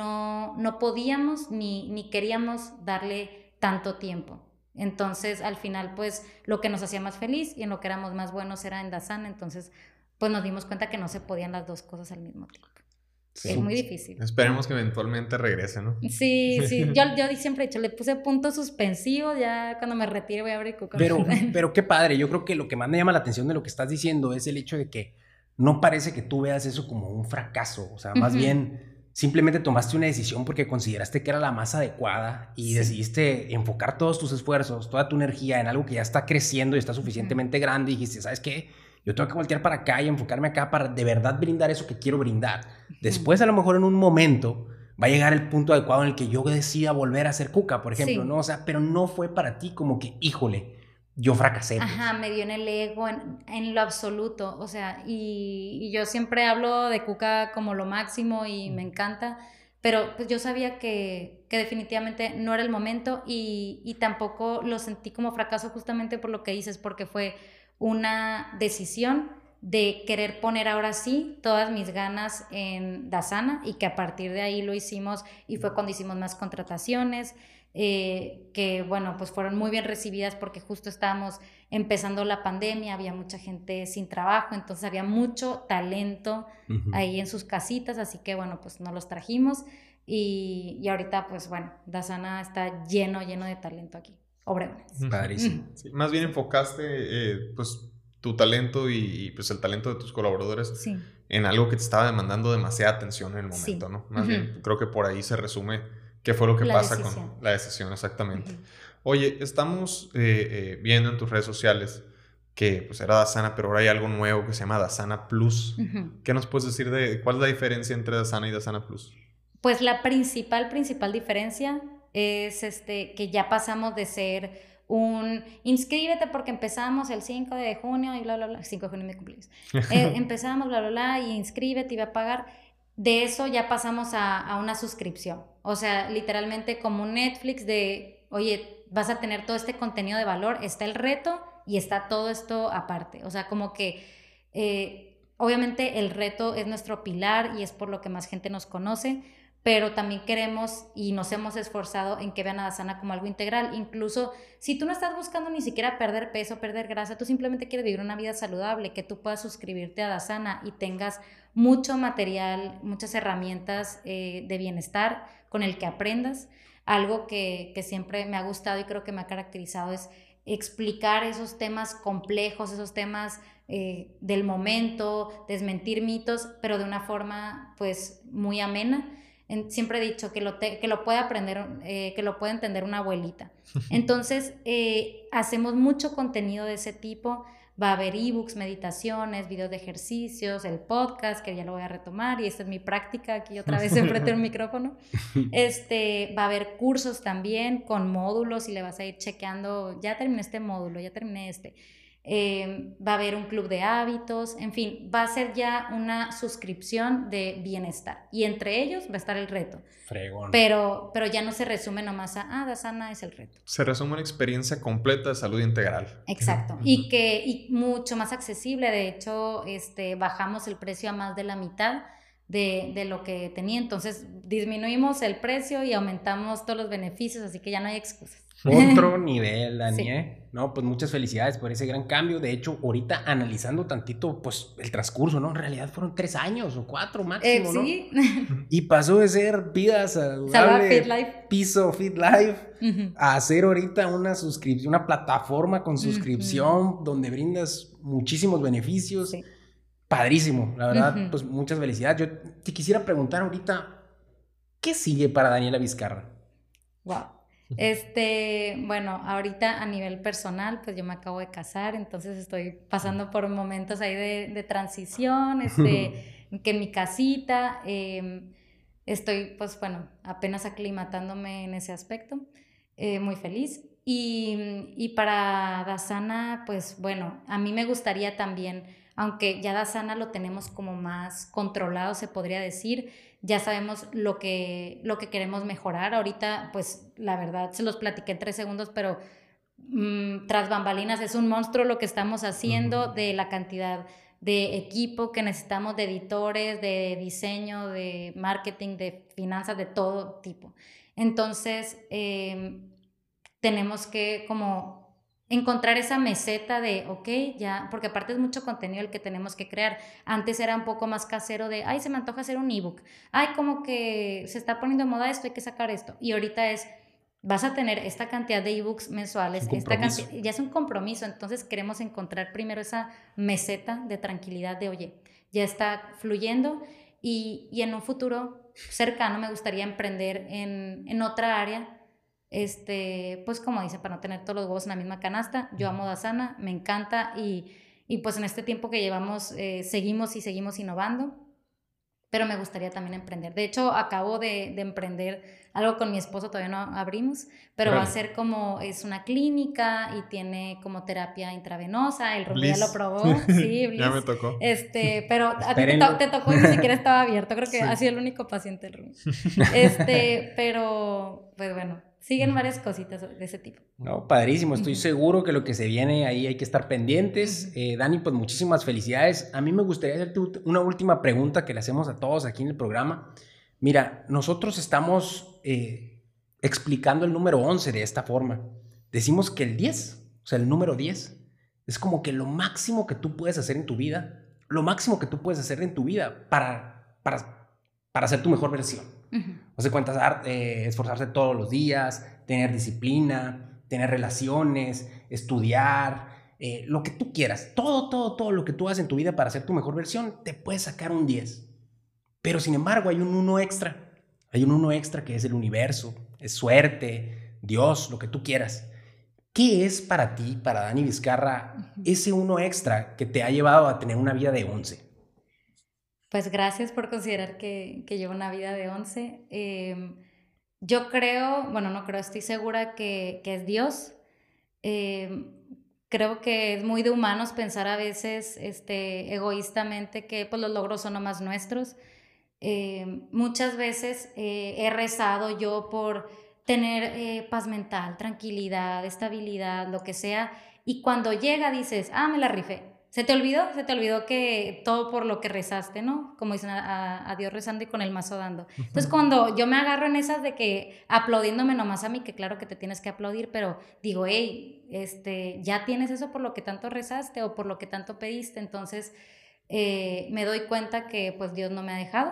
Speaker 3: no podíamos ni queríamos darle tanto tiempo. Entonces, al final, pues, lo que nos hacía más feliz y en lo que éramos más buenos era en Dasana. Entonces, pues, nos dimos cuenta que no se podían las dos cosas al mismo tiempo. Sí. Es muy difícil.
Speaker 1: Esperemos que eventualmente regrese, ¿no?
Speaker 3: Sí. Yo siempre he dicho, le puse punto suspensivo, ya cuando me retire voy a abrir Cuca.
Speaker 2: Pero qué padre, yo creo que lo que más me llama la atención de lo que estás diciendo es el hecho de que no parece que tú veas eso como un fracaso, o sea, más bien simplemente tomaste una decisión porque consideraste que era la más adecuada y decidiste enfocar todos tus esfuerzos, toda tu energía en algo que ya está creciendo y está suficientemente grande y dijiste, ¿sabes qué? Yo tengo que voltear para acá y enfocarme acá para de verdad brindar eso que quiero brindar. Después, a lo mejor en un momento, va a llegar el punto adecuado en el que yo decida volver a hacer Cuca, por ejemplo, ¿no? O sea, pero no fue para ti como que, híjole, yo fracasé. Pues.
Speaker 3: Ajá, me dio en el ego, en lo absoluto, o sea, y yo siempre hablo de Cuca como lo máximo y me encanta, pero pues yo sabía que definitivamente no era el momento y tampoco lo sentí como fracaso justamente por lo que dices, porque fue una decisión de querer poner ahora sí todas mis ganas en Dasana y que a partir de ahí lo hicimos y fue cuando hicimos más contrataciones, que bueno, pues fueron muy bien recibidas porque justo estábamos empezando la pandemia, había mucha gente sin trabajo, entonces había mucho talento ahí en sus casitas, así que bueno, pues nos los trajimos y ahorita pues bueno, Dasana está lleno de talento aquí. Obregón.
Speaker 2: Padrísimo.
Speaker 1: Sí, más bien enfocaste pues tu talento y pues el talento de tus colaboradores en algo que te estaba demandando demasiada atención en el momento, ¿no? Más bien creo que por ahí se resume qué fue lo que pasa con la decisión, exactamente. Oye, estamos viendo en tus redes sociales que pues era Dasana, pero ahora hay algo nuevo que se llama Dasana Plus. ¿Qué nos puedes decir de cuál es la diferencia entre Dasana y Dasana Plus?
Speaker 3: Pues la principal diferencia es que ya pasamos de ser inscríbete porque empezamos el 5 de junio y bla, bla, bla, 5 de junio es mi cumpleaños. Empezamos, bla, bla, bla, y inscríbete y va a pagar. De eso ya pasamos a una suscripción. O sea, literalmente como un Netflix de, oye, vas a tener todo este contenido de valor, está el reto y está todo esto aparte. O sea, como que obviamente el reto es nuestro pilar y es por lo que más gente nos conoce, pero también queremos y nos hemos esforzado en que vean a Dasana como algo integral. Incluso si tú no estás buscando ni siquiera perder peso, perder grasa, tú simplemente quieres vivir una vida saludable, que tú puedas suscribirte a Dasana y tengas mucho material, muchas herramientas de bienestar con el que aprendas. Algo que siempre me ha gustado y creo que me ha caracterizado es explicar esos temas complejos, esos temas del momento, desmentir mitos, pero de una forma pues muy amena. Siempre he dicho que lo puede aprender, que lo puede entender una abuelita. Entonces, hacemos mucho contenido de ese tipo. Va a haber ebooks, meditaciones, videos de ejercicios, el podcast, que ya lo voy a retomar, y esta es mi práctica aquí otra vez enfrente de un micrófono. Va a haber cursos también con módulos y le vas a ir chequeando, ya terminé este módulo, ya terminé este. Va a haber un club de hábitos, en fin, va a ser ya una suscripción de bienestar y entre ellos va a estar el reto.
Speaker 2: Fregón.
Speaker 3: Pero ya no se resume nomás a Dasana es el reto.
Speaker 1: Se resume una experiencia completa de salud integral.
Speaker 3: Exacto, y mucho más accesible. De hecho, bajamos el precio a más de la mitad de lo que tenía, entonces disminuimos el precio y aumentamos todos los beneficios, así que ya no hay excusas.
Speaker 2: Otro nivel, Dani,
Speaker 3: Sí.
Speaker 2: No, pues muchas felicidades por ese gran cambio. De hecho, ahorita analizando tantito, pues el transcurso, ¿no? En realidad fueron 3 años o 4 máximo, ¿no?
Speaker 3: Sí.
Speaker 2: Y pasó de ser vida saludable,
Speaker 3: Fit Life.
Speaker 2: piso Fit Life, a hacer ahorita una suscripción, una plataforma con suscripción donde brindas muchísimos beneficios.
Speaker 3: Sí.
Speaker 2: Padrísimo, la verdad, pues muchas felicidades. Yo te quisiera preguntar ahorita, ¿qué sigue para Daniela Vizcarra?
Speaker 3: Wow. Bueno, ahorita a nivel personal, pues yo me acabo de casar, entonces estoy pasando por momentos ahí de transición, que en mi casita, estoy, pues bueno, apenas aclimatándome en ese aspecto, muy feliz. Y para Dasana, pues bueno, a mí me gustaría también, aunque ya Dasana lo tenemos como más controlado, se podría decir, ya sabemos lo que queremos mejorar. Ahorita, pues la verdad, se los platiqué en 3 segundos, pero tras bambalinas es un monstruo lo que estamos haciendo, de la cantidad de equipo que necesitamos, de editores, de diseño, de marketing, de finanzas, de todo tipo. Entonces, tenemos que como encontrar esa meseta de, ok, ya, porque aparte es mucho contenido el que tenemos que crear. Antes era un poco más casero de, ay, se me antoja hacer un ebook, ay, como que se está poniendo de moda esto, hay que sacar esto. Y ahorita vas a tener esta cantidad de ebooks mensuales, ya es un compromiso. Entonces queremos encontrar primero esa meseta de tranquilidad de, oye, ya está fluyendo y en un futuro cercano me gustaría emprender en otra área. Pues como dice, para no tener todos los huevos en la misma canasta. Yo amo Dasana, me encanta y pues en este tiempo que llevamos seguimos innovando, pero me gustaría también emprender. De hecho, acabo de emprender algo con mi esposo, todavía no abrimos, pero va a ser como, es una clínica y tiene como terapia intravenosa, el Rubí ya lo probó, sí, Bliss.
Speaker 1: Ya me tocó.
Speaker 3: Pero a ti te tocó y ni siquiera estaba abierto, creo que ha sido el único paciente el Rubí. Pero, pues bueno, siguen varias cositas de ese tipo.
Speaker 2: No, padrísimo, estoy seguro que lo que se viene ahí hay que estar pendientes. Dani, pues muchísimas felicidades. A mí me gustaría hacerte una última pregunta que le hacemos a todos aquí en el programa. Mira, nosotros estamos explicando el número 11 de esta forma. Decimos que el 10, o sea, el número 10, es como que lo máximo que tú puedes hacer en tu vida, lo máximo que tú puedes hacer en tu vida para ser tu mejor versión. O sea, esforzarse todos los días, tener disciplina, tener relaciones, estudiar, lo que tú quieras. Todo lo que tú haces en tu vida para ser tu mejor versión, te puedes sacar un 10. Pero sin embargo hay un 1 extra. Hay un 1 extra que es el universo, es suerte, Dios, lo que tú quieras. ¿Qué es para ti, para Dani Vizcarra, ese uno extra que te ha llevado a tener una vida de 11?
Speaker 3: Pues gracias por considerar que llevo una vida de 11. Yo creo, bueno, no creo, estoy segura que es Dios. Creo que es muy de humanos pensar a veces egoístamente que pues, los logros son nomás nuestros. Muchas veces he rezado yo por tener paz mental, tranquilidad, estabilidad, lo que sea, y cuando llega dices, me la rifé. Se te olvidó que todo por lo que rezaste, ¿no? Como dicen, a Dios rezando y con el mazo dando. Entonces, cuando yo me agarro en esas de que aplaudiéndome nomás a mí, que claro que te tienes que aplaudir, pero digo, hey, ya tienes eso por lo que tanto rezaste o por lo que tanto pediste, entonces me doy cuenta que pues Dios no me ha dejado.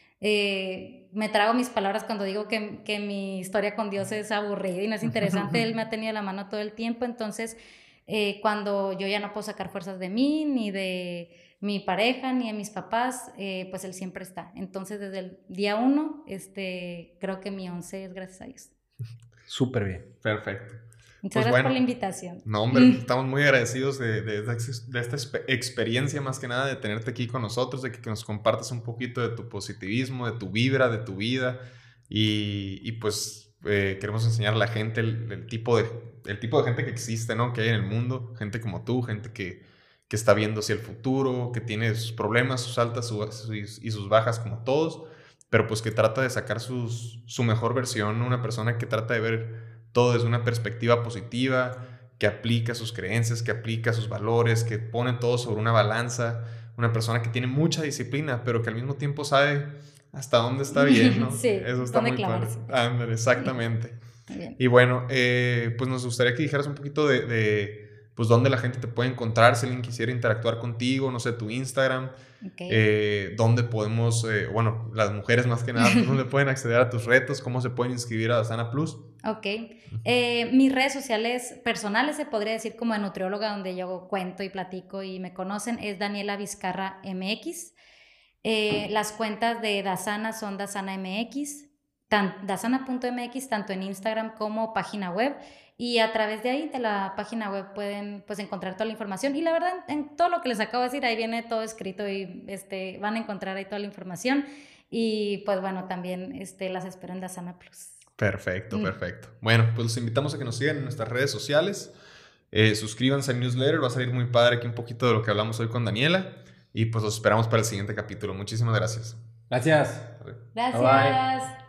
Speaker 3: Me trago mis palabras cuando digo que mi historia con Dios es aburrida y no es interesante. Él me ha tenido la mano todo el tiempo, entonces cuando yo ya no puedo sacar fuerzas de mí, ni de mi pareja, ni de mis papás, pues Él siempre está. Entonces desde el día 1, creo que mi 11 es gracias a Dios.
Speaker 2: Súper bien.
Speaker 1: Perfecto.
Speaker 3: Muchas gracias por la invitación.
Speaker 1: No, hombre, estamos muy agradecidos de esta experiencia, más que nada, de tenerte aquí con nosotros, de que nos compartas un poquito de tu positivismo, de tu vibra, de tu vida. Y pues queremos enseñar a la gente el tipo de gente que existe, ¿no? Que hay en el mundo. Gente como tú, gente que está viendo hacia el futuro, que tiene sus problemas, sus altas y sus bajas como todos, pero pues que trata de sacar su mejor versión, ¿no? Una persona que trata de ver todo desde una perspectiva positiva, que aplica sus creencias, que aplica sus valores, que pone todo sobre una balanza. Una persona que tiene mucha disciplina, pero que al mismo tiempo sabe hasta dónde está bien, ¿no?
Speaker 3: Sí,
Speaker 1: eso está muy padre. Ándale, exactamente.
Speaker 3: Bien.
Speaker 1: Y bueno, pues nos gustaría que dijeras un poquito pues dónde la gente te puede encontrar, si alguien quisiera interactuar contigo, no sé, tu Instagram, dónde podemos, bueno, las mujeres más que nada, dónde pueden acceder a tus retos, cómo se pueden inscribir a Dasana Plus.
Speaker 3: Ok. Mis redes sociales personales, se podría decir como de nutrióloga, donde yo cuento y platico y me conocen, es Daniela Vizcarra MX. Las cuentas de Dasana son Dasana MX, dasana.mx, tanto en Instagram como página web. Y a través de ahí, de la página web, pueden pues encontrar toda la información. Y la verdad, en todo lo que les acabo de decir, ahí viene todo escrito y van a encontrar ahí toda la información. Y pues bueno, también las espero en Dasana Plus.
Speaker 1: Perfecto, perfecto. Bueno, pues los invitamos a que nos sigan en nuestras redes sociales. Suscríbanse al newsletter, va a salir muy padre aquí un poquito de lo que hablamos hoy con Daniela. Y pues los esperamos para el siguiente capítulo. Muchísimas gracias.
Speaker 2: Gracias.
Speaker 3: Gracias. Bye.